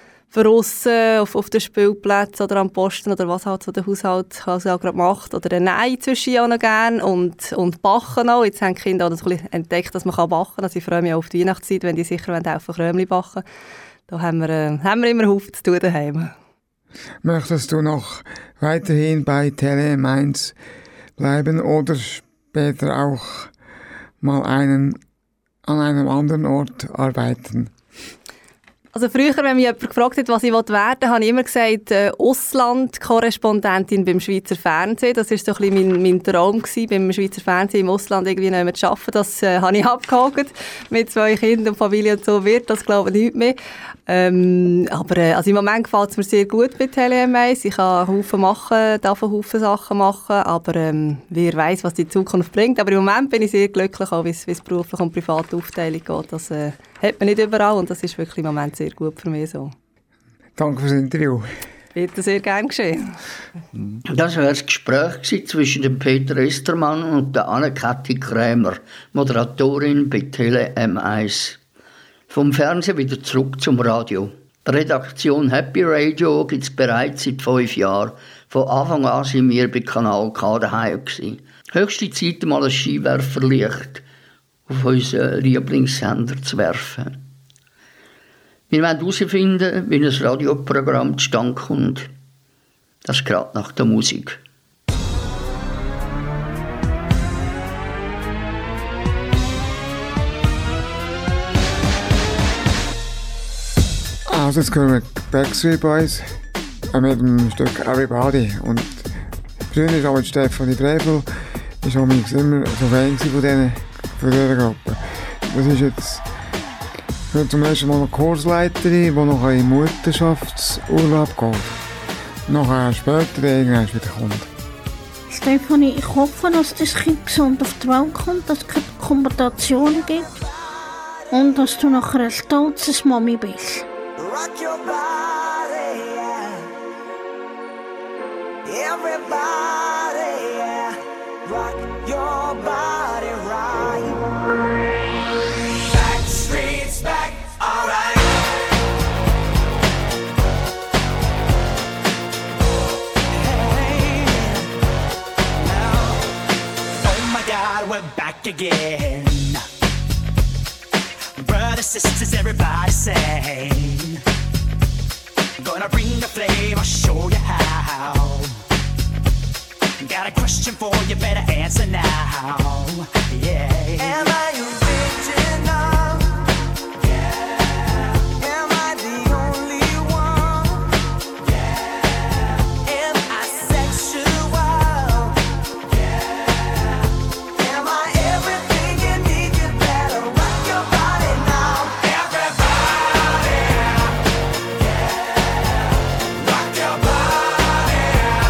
draussen auf, auf den Spielplätzen oder am Posten oder was halt so der Haushalt also auch gerade macht. Oder ein Ei zwischen auch noch gerne und, und backen auch. Jetzt haben die Kinder auch das ein bisschen entdeckt, dass man backen kann. Also ich freue mich auch auf die Weihnachtszeit, wenn die sicher helfen, Krömli backen. Da haben wir, äh, haben wir immer einen Haufen zu tun daheim. Möchtest du noch weiterhin bei Tele M eins bleiben oder später auch mal einen, an einem anderen Ort arbeiten? Also früher, wenn mich jemand gefragt hat, was ich werden will, habe ich immer gesagt, äh, Ausland-Korrespondentin beim Schweizer Fernsehen. Das war so ein bisschen mein, mein Traum gewesen, beim Schweizer Fernsehen im Ausland irgendwie nicht mehr zu arbeiten. Das äh, habe ich abgehakt. Mit zwei Kindern und Familie und so wird das, glaube ich, nicht mehr. Ähm, aber äh, also im Moment gefällt es mir sehr gut bei Tele M eins. Ich kann Haufen machen, darf einen Haufen Sachen machen, aber ähm, wer weiß, was die Zukunft bringt. Aber im Moment bin ich sehr glücklich, auch wie es beruflich und private Aufteilung geht. Das äh, hat man nicht überall und das ist wirklich im Moment sehr gut für mich so. Danke fürs Interview. Bitte, sehr gern geschehen. Das war das Gespräch zwischen dem Peter Estermann und der Anne-Kathi Krämer, Moderatorin bei Tele M eins. Vom Fernsehen wieder zurück zum Radio. Die Redaktion Happy Radio gibt es bereits seit fünf Jahren. Von Anfang an waren wir bei Kanal K daheim. Höchste Zeit, mal ein Skiwerferlicht auf unseren Lieblingssender zu werfen. Wir wollen herausfinden, wie ein Radioprogramm zustande kommt. Das gerade nach der Musik. Also jetzt hören wir Backstreet Boys mit dem Stück Everybody. Und früher war auch mit Stefanie Drevel ist auch immer so Fan von dieser, von dieser Gruppe. Das ist jetzt ich bin zum ersten Mal eine Kursleiterin, die noch in Mutterschaftsurlaub geht. Nachher später irgendwann wieder kommt. Stefanie, ich hoffe, dass das Kind gesund auf die Welt kommt, dass es keine Komplikationen gibt und dass du nachher ein stolzes Mami bist. Rock your body, yeah. Everybody, yeah. Rock your body right. Backstreet's back, alright. Hey, now, oh my God, we're back again. Brothers, sisters, everybody sing. Gonna bring the flame, I'll show you how. Got a question for you, better answer now. Yeah. Am I original? Yeah. Am I the only one? Yeah. Am I sexual? Yeah. Am I everything you need? You better rock your body now. Everybody. Yeah. Rock your body.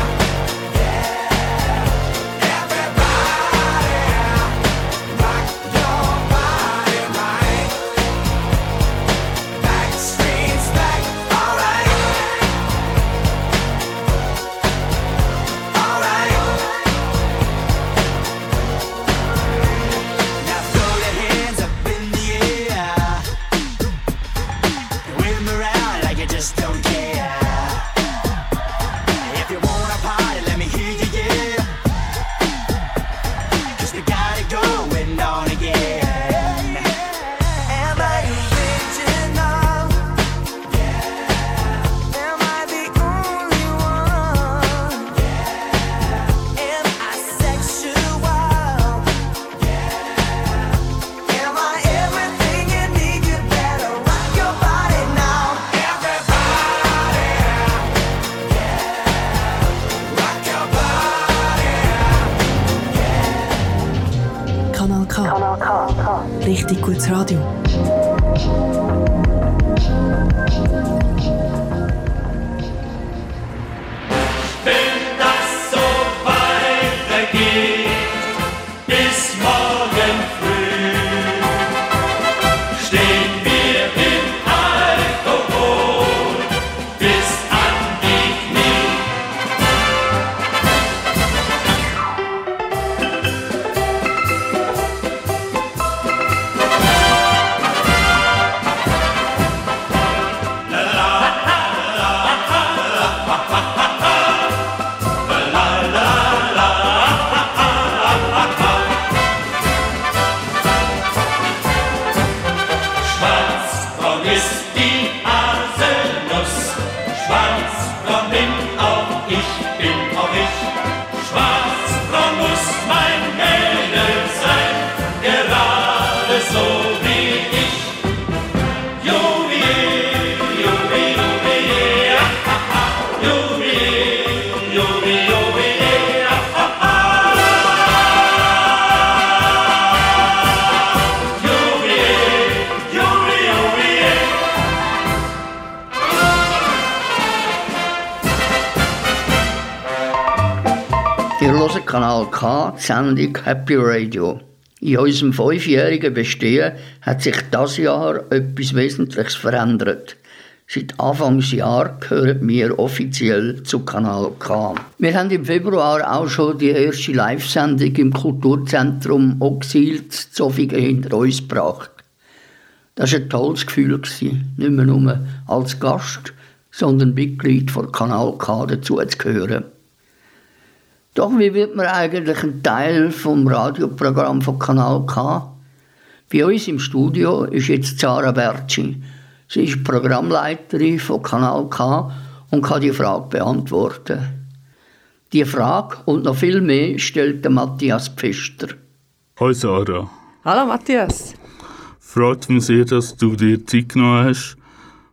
Yeah. Everybody. Rock your body right. Backstreet's back, alright. Alright. Now throw your hands up in the air. Wave 'em around like you just don't care. If you wanna party, let me hear you, yeah. 'Cause we got it going on again. Am I original? Yeah. Am I the only one? Yeah. Am I sexual? Yeah. Am I everything you need? You better rock your body now. Everybody. Yeah. Rock your body. Kanal K. Richtig gutes Radio. Wenn das so weitergeht, bis morgen früh, stehen wir im Alkohol bis an die Knie. Schwarzbraun ist die Haselnuss, schwarzbraun bin auch ich, bin auch ich. Schwarzbraun muss mein Mädel sein, gerade so wie ich. Jubiläe, Jubiläe, ja, ha, ha. Jubiläe, Jubiläe, Jubiläe, ja, ha, ha. Jubiläe, Jubiläe, Jubiläe. Ihr hört Kanal K, die Sendung Happy Radio. In unserem fünfjährigen Bestehen hat sich dieses Jahr etwas Wesentliches verändert. Seit Anfangsjahr gehören wir offiziell zu Kanal K. Wir haben im Februar auch schon die erste Live-Sendung im Kulturzentrum Oxil zu Zofingen hinter uns gebracht. Das war ein tolles Gefühl, nicht mehr nur als Gast, sondern Mitglied von Kanal K dazu zu gehören. Doch wie wird man eigentlich ein Teil vom Radioprogramm von Kanal K? Bei uns im Studio ist jetzt Zara Bertschi. Sie ist Programmleiterin von Kanal K und kann die Frage beantworten. Die Frage und noch viel mehr stellt der Matthias Pfister. Hallo Sarah. Hallo Matthias. Freut mich sehr, dass du dir Zeit genommen hast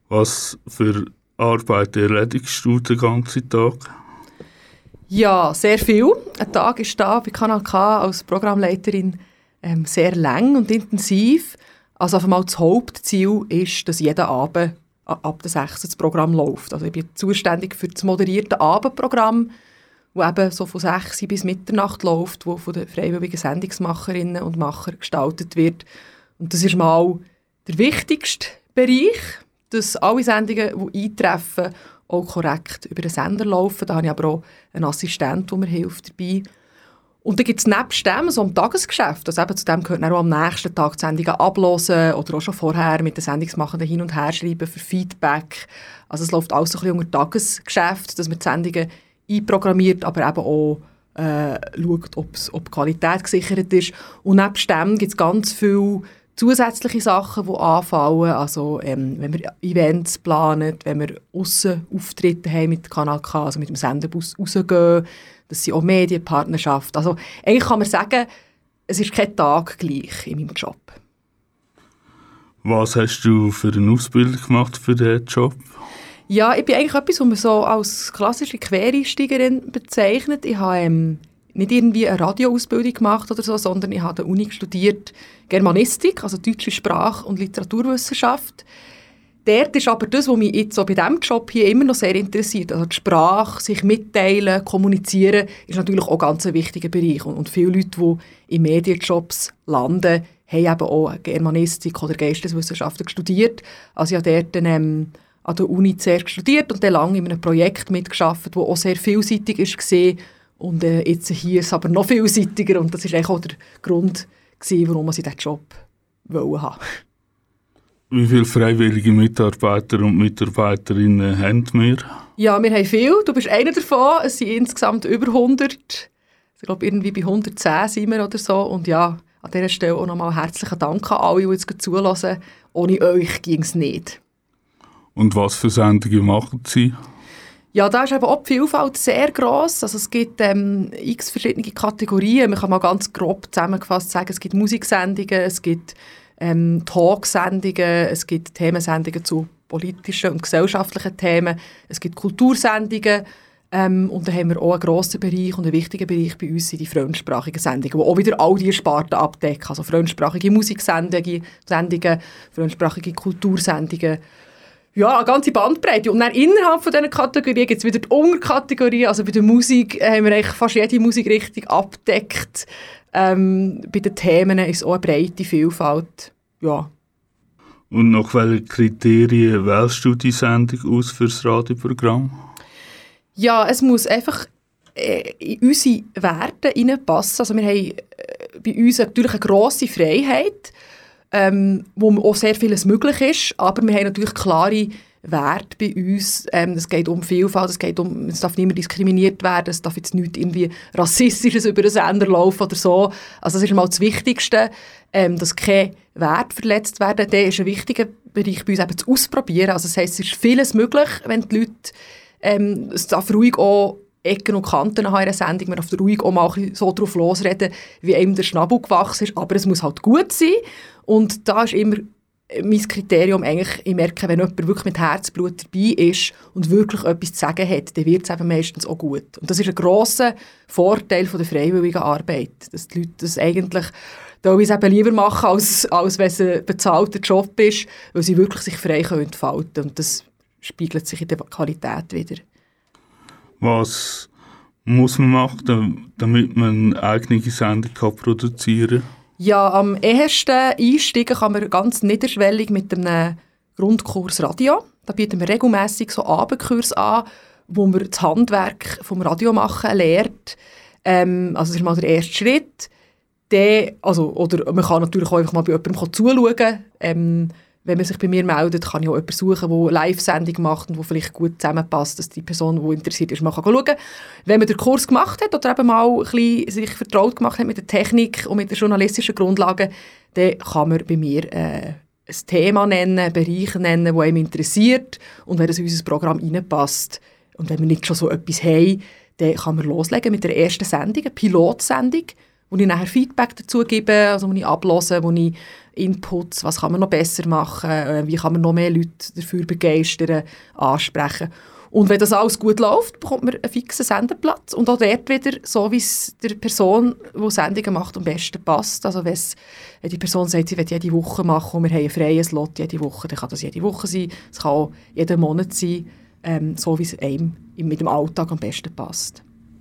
Was für Arbeit erledigst du den ganzen Tag? Ja, sehr viel. Ein Tag ist da bei Kanal K als Programmleiterin ähm, sehr lang und intensiv. Also einfach mal das Hauptziel ist, dass jeden Abend ab der sechs das Programm läuft. Also ich bin zuständig für das moderierte Abendprogramm, das eben so von sechs bis Mitternacht läuft, das von den freiwilligen Sendungsmacherinnen und Machern gestaltet wird. Und das ist mal der wichtigste Bereich, dass alle Sendungen, die eintreffen, auch korrekt über den Sender laufen. Da habe ich aber auch einen Assistent, der mir hilft dabei. Und dann gibt es nebst dem so ein Tagesgeschäft. Also eben zu dem gehört dann auch am nächsten Tag die Sendungen abhören oder auch schon vorher mit den Sendungsmachenden hin und her schreiben für Feedback. Also es läuft alles so ein bisschen unter Tagesgeschäft, dass man die Sendungen einprogrammiert, aber eben auch äh, schaut, ob die Qualität gesichert ist. Und nebst dem gibt es ganz viele zusätzliche Sachen, die anfallen. Also ähm, wenn wir Events planen, wenn wir Aussenauftritte haben mit Kanal K, also mit dem Senderbus rausgehen, das sind auch Medienpartnerschaften. Also eigentlich kann man sagen, es ist kein Tag gleich in meinem Job. Was hast du für eine Ausbildung gemacht für diesen Job? Ja, ich bin eigentlich etwas, was man so als klassische Quereinsteigerin bezeichnet. Ich habe ähm, nicht irgendwie eine Radioausbildung gemacht oder so, sondern ich habe an der Uni studiert Germanistik, also deutsche Sprach- und Literaturwissenschaft. Dort ist aber das, was mich jetzt so bei diesem Job hier immer noch sehr interessiert. Also die Sprache, sich mitteilen, kommunizieren, ist natürlich auch ganz ein wichtiger Bereich. Und, und viele Leute, die in Medienjobs landen, haben eben auch Germanistik oder Geisteswissenschaften studiert. Also ich habe dort dann, ähm, an der Uni zuerst studiert und dann lange in einem Projekt mitgearbeitet, das auch sehr vielseitig war. Und äh, jetzt hier ist es aber noch vielseitiger und das war eigentlich auch der Grund, gewesen, warum ich diesen Job wollte. Wie viele freiwillige Mitarbeiter und Mitarbeiterinnen haben wir? Ja, wir haben viele. Du bist einer davon. Es sind insgesamt über hundert. Ich glaube, irgendwie bei hundertzehn sind wir oder so. Und ja, an dieser Stelle auch nochmal herzlichen Dank an alle, die jetzt zuhören. Ohne euch ging es nicht. Und was für Sendungen machen Sie? Ja, da ist eben auch die Vielfalt sehr gross. Also es gibt ähm, x verschiedene Kategorien. Man kann mal ganz grob zusammengefasst sagen, es gibt Musiksendungen, es gibt ähm, Talksendungen, es gibt Themensendungen zu politischen und gesellschaftlichen Themen, es gibt Kultursendungen ähm, und dann haben wir auch einen grossen Bereich und einen wichtigen Bereich bei uns sind die fremdsprachigen Sendungen, die auch wieder all diese Sparten abdecken. Also fremdsprachige Musiksendungen, Sendungen, fremdsprachige Kultursendungen. Ja, eine ganze Bandbreite. Und dann innerhalb von diesen Kategorien gibt es wieder die Unterkategorien. Also bei der Musik haben wir eigentlich fast jede Musikrichtung abgedeckt. Ähm, bei den Themen ist es auch eine breite Vielfalt. Ja. Und nach welchen Kriterien wählst du die Sendung aus für das Radioprogramm? Ja, es muss einfach äh, in unsere Werte hineinpassen. Also wir haben äh, bei uns natürlich eine grosse Freiheit, Ähm, wo auch sehr vieles möglich ist, aber wir haben natürlich klare Werte bei uns. Ähm, es geht um Vielfalt, es geht um, es darf niemand diskriminiert werden, es darf jetzt nicht irgendwie Rassistisches über den Sender laufen oder so. Also das ist mal das Wichtigste, ähm, dass keine Werte verletzt werden. Der ist ein wichtiger Bereich bei uns, eben zu ausprobieren. Also das heisst, es ist vieles möglich, wenn die Leute, ähm, es darf ruhig auch Ecken und Kanten haben in einer Sendung. Man darf ruhig auch mal so drauf losreden, wie einem der Schnabel gewachsen ist. Aber es muss halt gut sein. Und da ist immer mein Kriterium eigentlich, ich merke, wenn jemand wirklich mit Herzblut dabei ist und wirklich etwas zu sagen hat, dann wird es eben meistens auch gut. Und das ist ein grosser Vorteil von der freiwilligen Arbeit, dass die Leute das eigentlich es eben lieber machen, als, als wenn es ein bezahlter Job ist, weil sie wirklich sich frei entfalten können. Und das spiegelt sich in der Qualität wieder. Was muss man machen, damit man eine eigene Sendung produzieren kann? Ja, am ehesten einsteigen kann man ganz niederschwellig mit einem Grundkurs Radio. Da bieten wir regelmässig so Abendkurse an, wo man das Handwerk vom Radiomachen lernt. Ähm, also das ist mal der erste Schritt. Der, also, oder man kann natürlich auch einfach mal bei jemandem zuschauen. Ähm, wenn man sich bei mir meldet, kann ich auch jemanden suchen, der Live-Sendung macht und der vielleicht gut zusammenpasst, dass die Person, die interessiert ist, mal schauen kann. Wenn man den Kurs gemacht hat oder eben mal ein bisschen sich vertraut gemacht hat mit der Technik und mit den journalistischen Grundlagen, dann kann man bei mir äh, ein Thema nennen, einen Bereich nennen, der einem interessiert und wenn es in unser Programm reinpasst und wenn wir nicht schon so etwas haben, dann kann man loslegen mit der ersten Sendung, eine Pilotsendung, die wo ich nachher Feedback dazu gebe, also wo ich ablese, wo ich Inputs, was kann man noch besser machen, äh, wie kann man noch mehr Leute dafür begeistern, ansprechen. Und wenn das alles gut läuft, bekommt man einen fixen Sendeplatz. Und auch dort wieder, so wie es der Person, die Sendungen macht, am besten passt. Also wenn die Person sagt, sie will jede Woche machen und wir haben einen freien Slot jede Woche, dann kann das jede Woche sein. Es kann auch jeden Monat sein, ähm, so wie es einem mit dem Alltag am besten passt.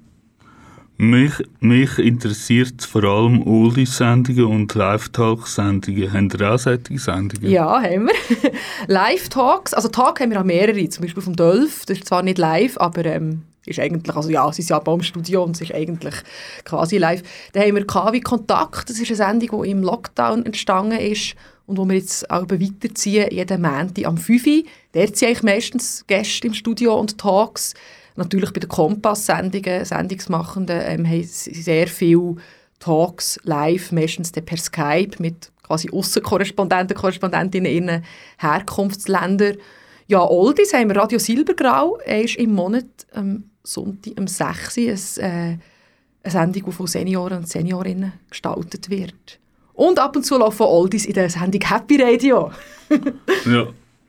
Mich, mich interessiert vor allem Oldies-Sendungen und Live-Talk-Sendungen. Haben ihr auch solche Sendungen? Ja, haben wir. Live-Talks, also Talk haben wir auch mehrere, zum Beispiel vom Dölf, das ist zwar nicht live, aber ähm, ist eigentlich, also ja, es ist ja auch im Studio und es ist eigentlich quasi live. Dann haben wir K W Kontakt, das ist eine Sendung, die im Lockdown entstanden ist und wo wir jetzt auch weiterziehen, jeden Montag am fünf Uhr. Dort sind eigentlich meistens Gäste im Studio und Talks. Natürlich bei den Kompass-Sendungen, Sendungsmachenden, ähm, haben sehr viele Talks live, meistens per Skype mit quasi Aussenkorrespondenten, Korrespondentinnen in Herkunftsländern. Ja, Oldies haben wir Radio Silbergrau, ist im Monat am Sonntag um sechs Uhr eine, äh, eine Sendung, die von Senioren und Seniorinnen gestaltet wird. Und ab und zu laufen Oldies in der Sendung Happy Radio. Ja.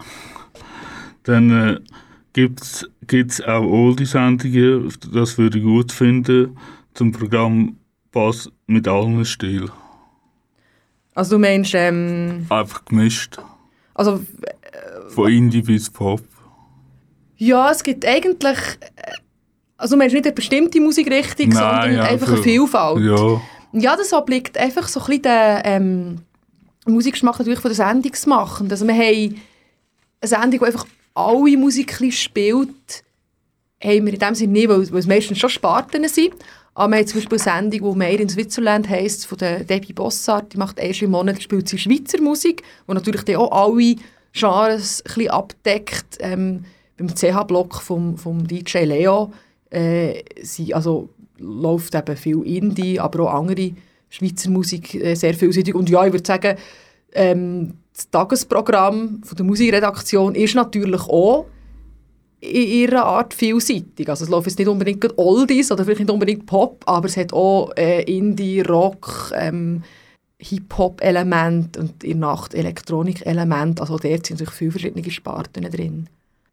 Dann äh, gibt es auch Oldie-Sendungen, das würde ich gut finden, zum Programm Pass mit allen Stilen. Also du meinst... Ähm, Einfach gemischt. Also... Äh, Von Indie bis Pop. Ja, es gibt eigentlich... Also du meinst nicht eine bestimmte Musikrichtung, Nein, sondern ja, einfach für, eine Vielfalt. Ja. Ja, das obliegt einfach so ein bisschen den ähm, Musikgeschmack natürlich von der Sendungsmachenden. Also wir haben eine Sendung, die einfach alle Musik spielt, haben wir in dem Sinne nicht, weil, weil es meistens schon Sparten sind. Aber wir haben zum Beispiel eine Sendung, die «Made in Switzerland» heisst, von der Debbie Bossart. Die macht erst im Monat, spielt sie Schweizer Musik, die natürlich dann auch alle Genres ein bisschen abdeckt. Ähm, beim C H-Block vom, vom D J Leo äh, sie, also, läuft eben viel Indie, aber auch andere Schweizer Musik äh, sehr vielseitig. Und ja, ich würde sagen, ähm, das Tagesprogramm von der Musikredaktion ist natürlich auch in ihrer Art vielseitig. Also es läuft jetzt nicht unbedingt Oldies oder vielleicht nicht unbedingt Pop, aber es hat auch äh, Indie, Rock, ähm, Hip-Hop-Elemente und in der Nacht Elektronik-Elemente. Also dort sind natürlich viele verschiedene Sparten drin.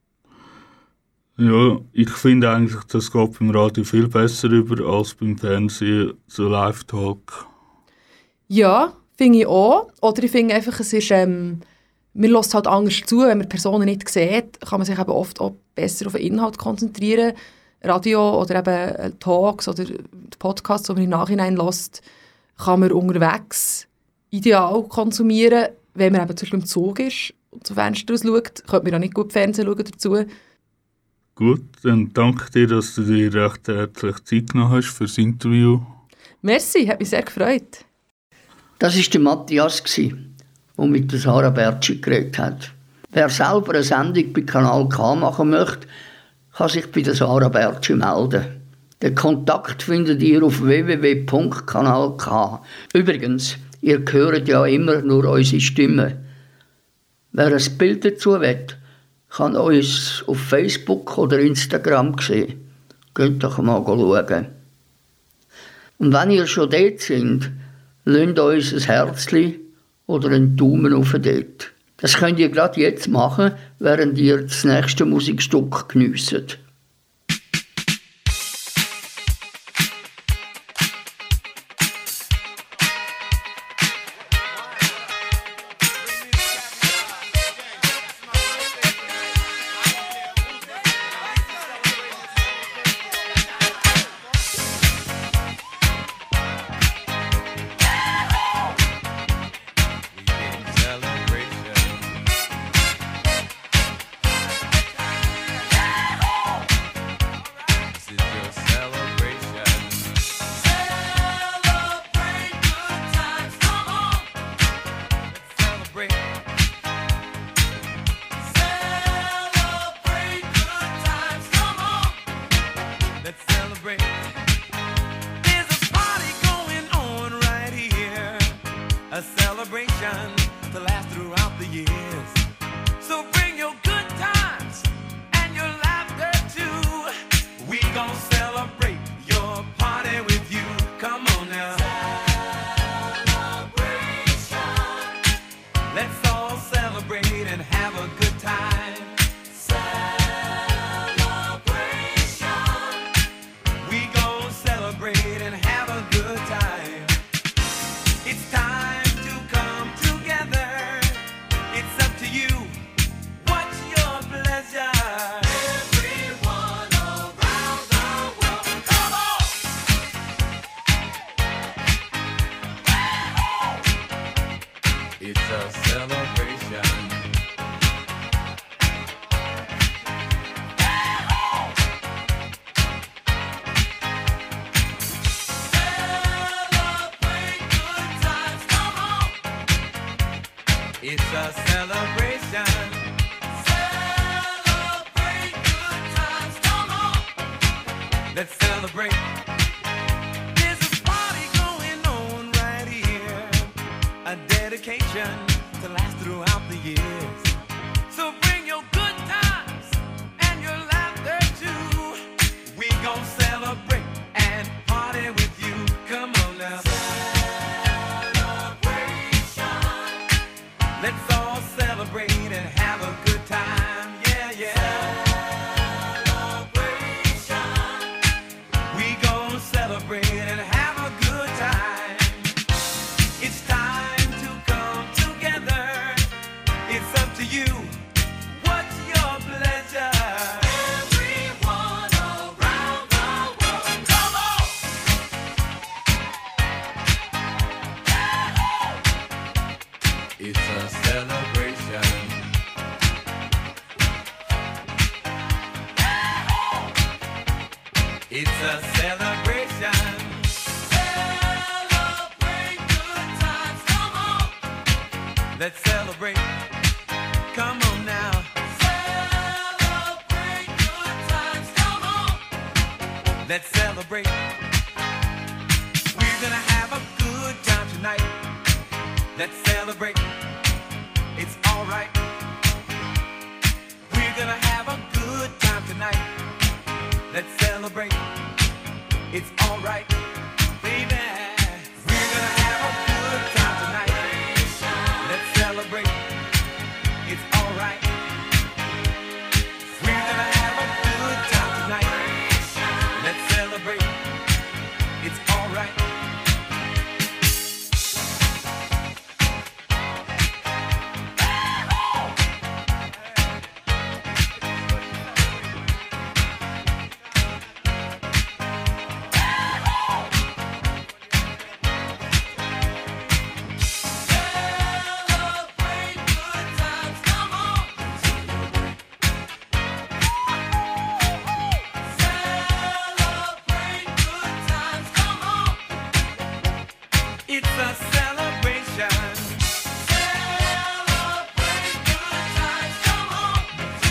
Ja, ich finde eigentlich, das geht beim Radio viel besser über als beim Fernsehen, so Live-Talk. Ja, finde ich auch. Oder ich finde einfach, es ist, ähm, man hört halt anders zu. Wenn man Personen nicht sieht, kann man sich eben oft auch besser auf den Inhalt konzentrieren. Radio oder eben Talks oder Podcasts, die man im Nachhinein hört, kann man unterwegs ideal konsumieren. Wenn man eben zum Beispiel im Zug ist und zum Fenster aus schaut, könnte man auch nicht gut Fernsehen schauen dazu. Gut, dann danke dir, dass du dir recht herzlich Zeit genommen hast für das Interview. Merci, hat mich sehr gefreut. Das war der Matthias, der mit der Sarah Bertschi geredet hat. Wer selber eine Sendung bei Kanal K machen möchte, kann sich bei der Sarah Bertschi melden. Den Kontakt findet ihr auf w w w punkt kanal k. Übrigens, ihr hört ja immer nur unsere Stimme. Wer ein Bild dazu will, kann uns auf Facebook oder Instagram sehen. Geht doch mal schauen. Und wenn ihr schon dort seid, lasst uns ein Herzchen oder einen Daumen auf dort. Das könnt ihr gerade jetzt machen, während ihr das nächste Musikstück geniesst. Celebration. It's a celebration. Celebrate good times, come on. Let's celebrate. There's a party going on right here. A dedication to last throughout the years. So bring your good times and your laughter too. We gon' celebrate and party with you. Come on now. Let's all celebrate and have a good time, yeah, yeah. Celebration. We gon' celebrate and have a good time. It's time to come together. It's up to you. What's your pleasure? Everyone around the world, come on! It's a celebration. It's a celebration. Celebrate good times, come on. Let's celebrate. Come on now. Celebrate good times, come on. Let's celebrate. We're gonna have a good time tonight. Let's celebrate. It's alright. We're gonna have a good time tonight. Let's celebrate. It's alright, baby. We're gonna have a good time tonight. Let's celebrate. It's alright. We're gonna have a good time tonight. Let's celebrate. It's alright. It's a celebration. Celebrate good times, come on.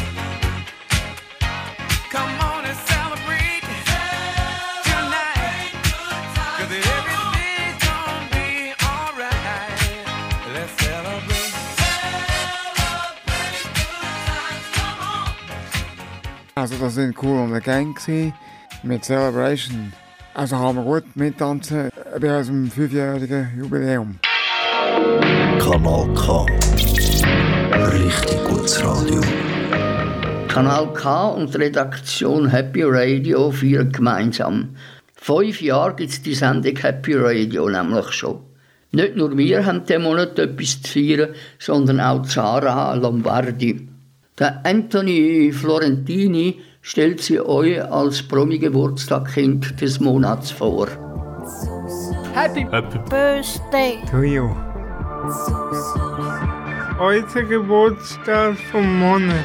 Come on and celebrate tonight. Cause everything's gonna be alright. Let's celebrate. Celebrate good times, come on. Also das sind cool und eine Gang gewesen, mit Celebration. Also haben wir gut mittanzen bei unserem fünfjährigen Jubiläum. Kanal K. Richtig gutes Radio. Kanal K und die Redaktion Happy Radio feiern gemeinsam. Fünf Jahre gibt es die Sendung Happy Radio nämlich schon. Nicht nur wir haben diesen Monat etwas zu feiern, sondern auch Zara Lombardi. Der Anthony Florentini stellt sie euch als Promi-Geburtstagskind des Monats vor. Happy, Happy Birthday to you. Heute Geburtstag vom Monat.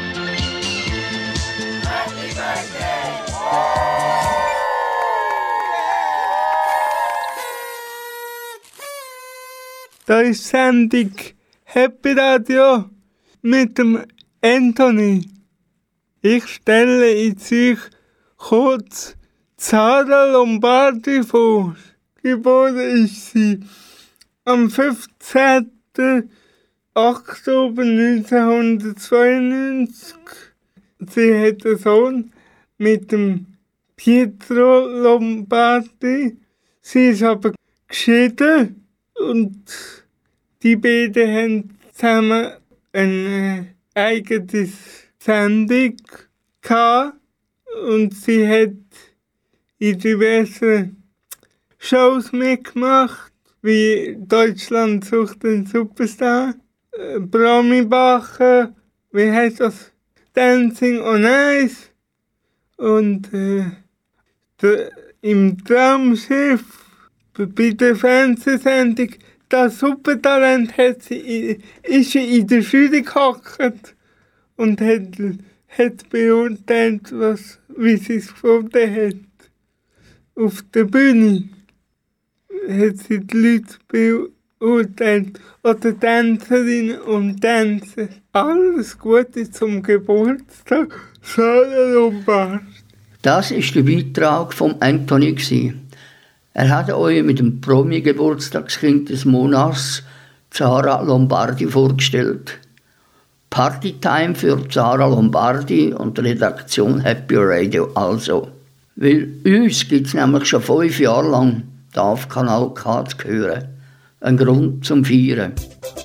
Da ist Sendung Happy Radio mit dem Anthony. Ich stelle jetzt euch kurz Zara Lombardi vor. Geboren ist sie am fünfzehnten Oktober neunzehnhundertzweiundneunzig. Sie hat einen Sohn mit dem Pietro Lombardi. Sie ist aber geschieden und die beiden haben zusammen eine eigene Sendung gehabt und sie hat in diversen Shows mitgemacht, wie Deutschland sucht den Superstar, äh, Promi-Bachen, wie heißt das, Dancing on Ice und äh, der, im Traumschiff bei der Fernsehsendung Das Supertalent hat sie, ist sie in der Jury gehockt und hat, hat beurteilt, was, wie sie es gefunden hat. Auf der Bühne hat sie die Leute und dann, oder Tänzerinnen und Tänzer. Alles Gute zum Geburtstag, Sarah Lombardi. Das war der Beitrag von Anthony. Er hat euch mit dem Promi-Geburtstagskind des Monats, Sarah Lombardi, vorgestellt. Partytime für Sarah Lombardi und die Redaktion Happy Radio also. Weil uns gibt es nämlich schon fünf Jahre lang da auf Kanal K zu hören. Ein Grund zum Feiern.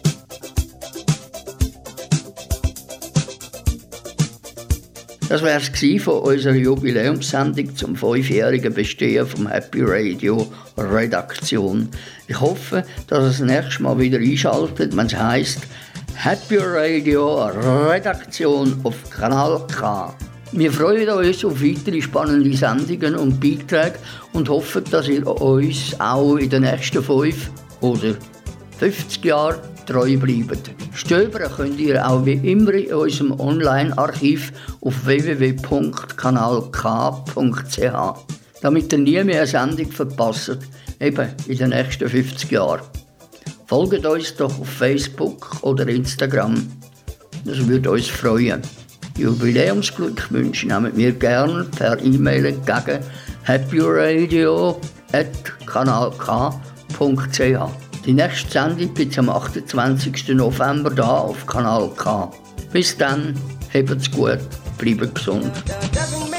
Das war es von unserer Jubiläumssendung zum fünfjährigen Bestehen vom Happy Radio Redaktion. Ich hoffe, dass ihr das nächste Mal wieder einschaltet, wenn es heisst Happy Radio Redaktion auf Kanal K. Wir freuen uns auf weitere spannende Sendungen und Beiträge und hoffen, dass ihr uns auch in den nächsten fünf oder fünfzig Jahren treu bleibt. Stöbern könnt ihr auch wie immer in unserem Online-Archiv auf w w w punkt kanal k punkt c h, damit ihr nie mehr eine Sendung verpasst, eben in den nächsten fünfzig Jahren. Folgt uns doch auf Facebook oder Instagram. Das würde uns freuen. Jubiläumsglückwünsche nehmen wir gerne per E-Mail entgegen happyradio at kanal k punkt c h. Die nächste Sendung gibt es am achtundzwanzigsten November hier auf Kanal K. Bis dann, habt's gut, bleibt gesund.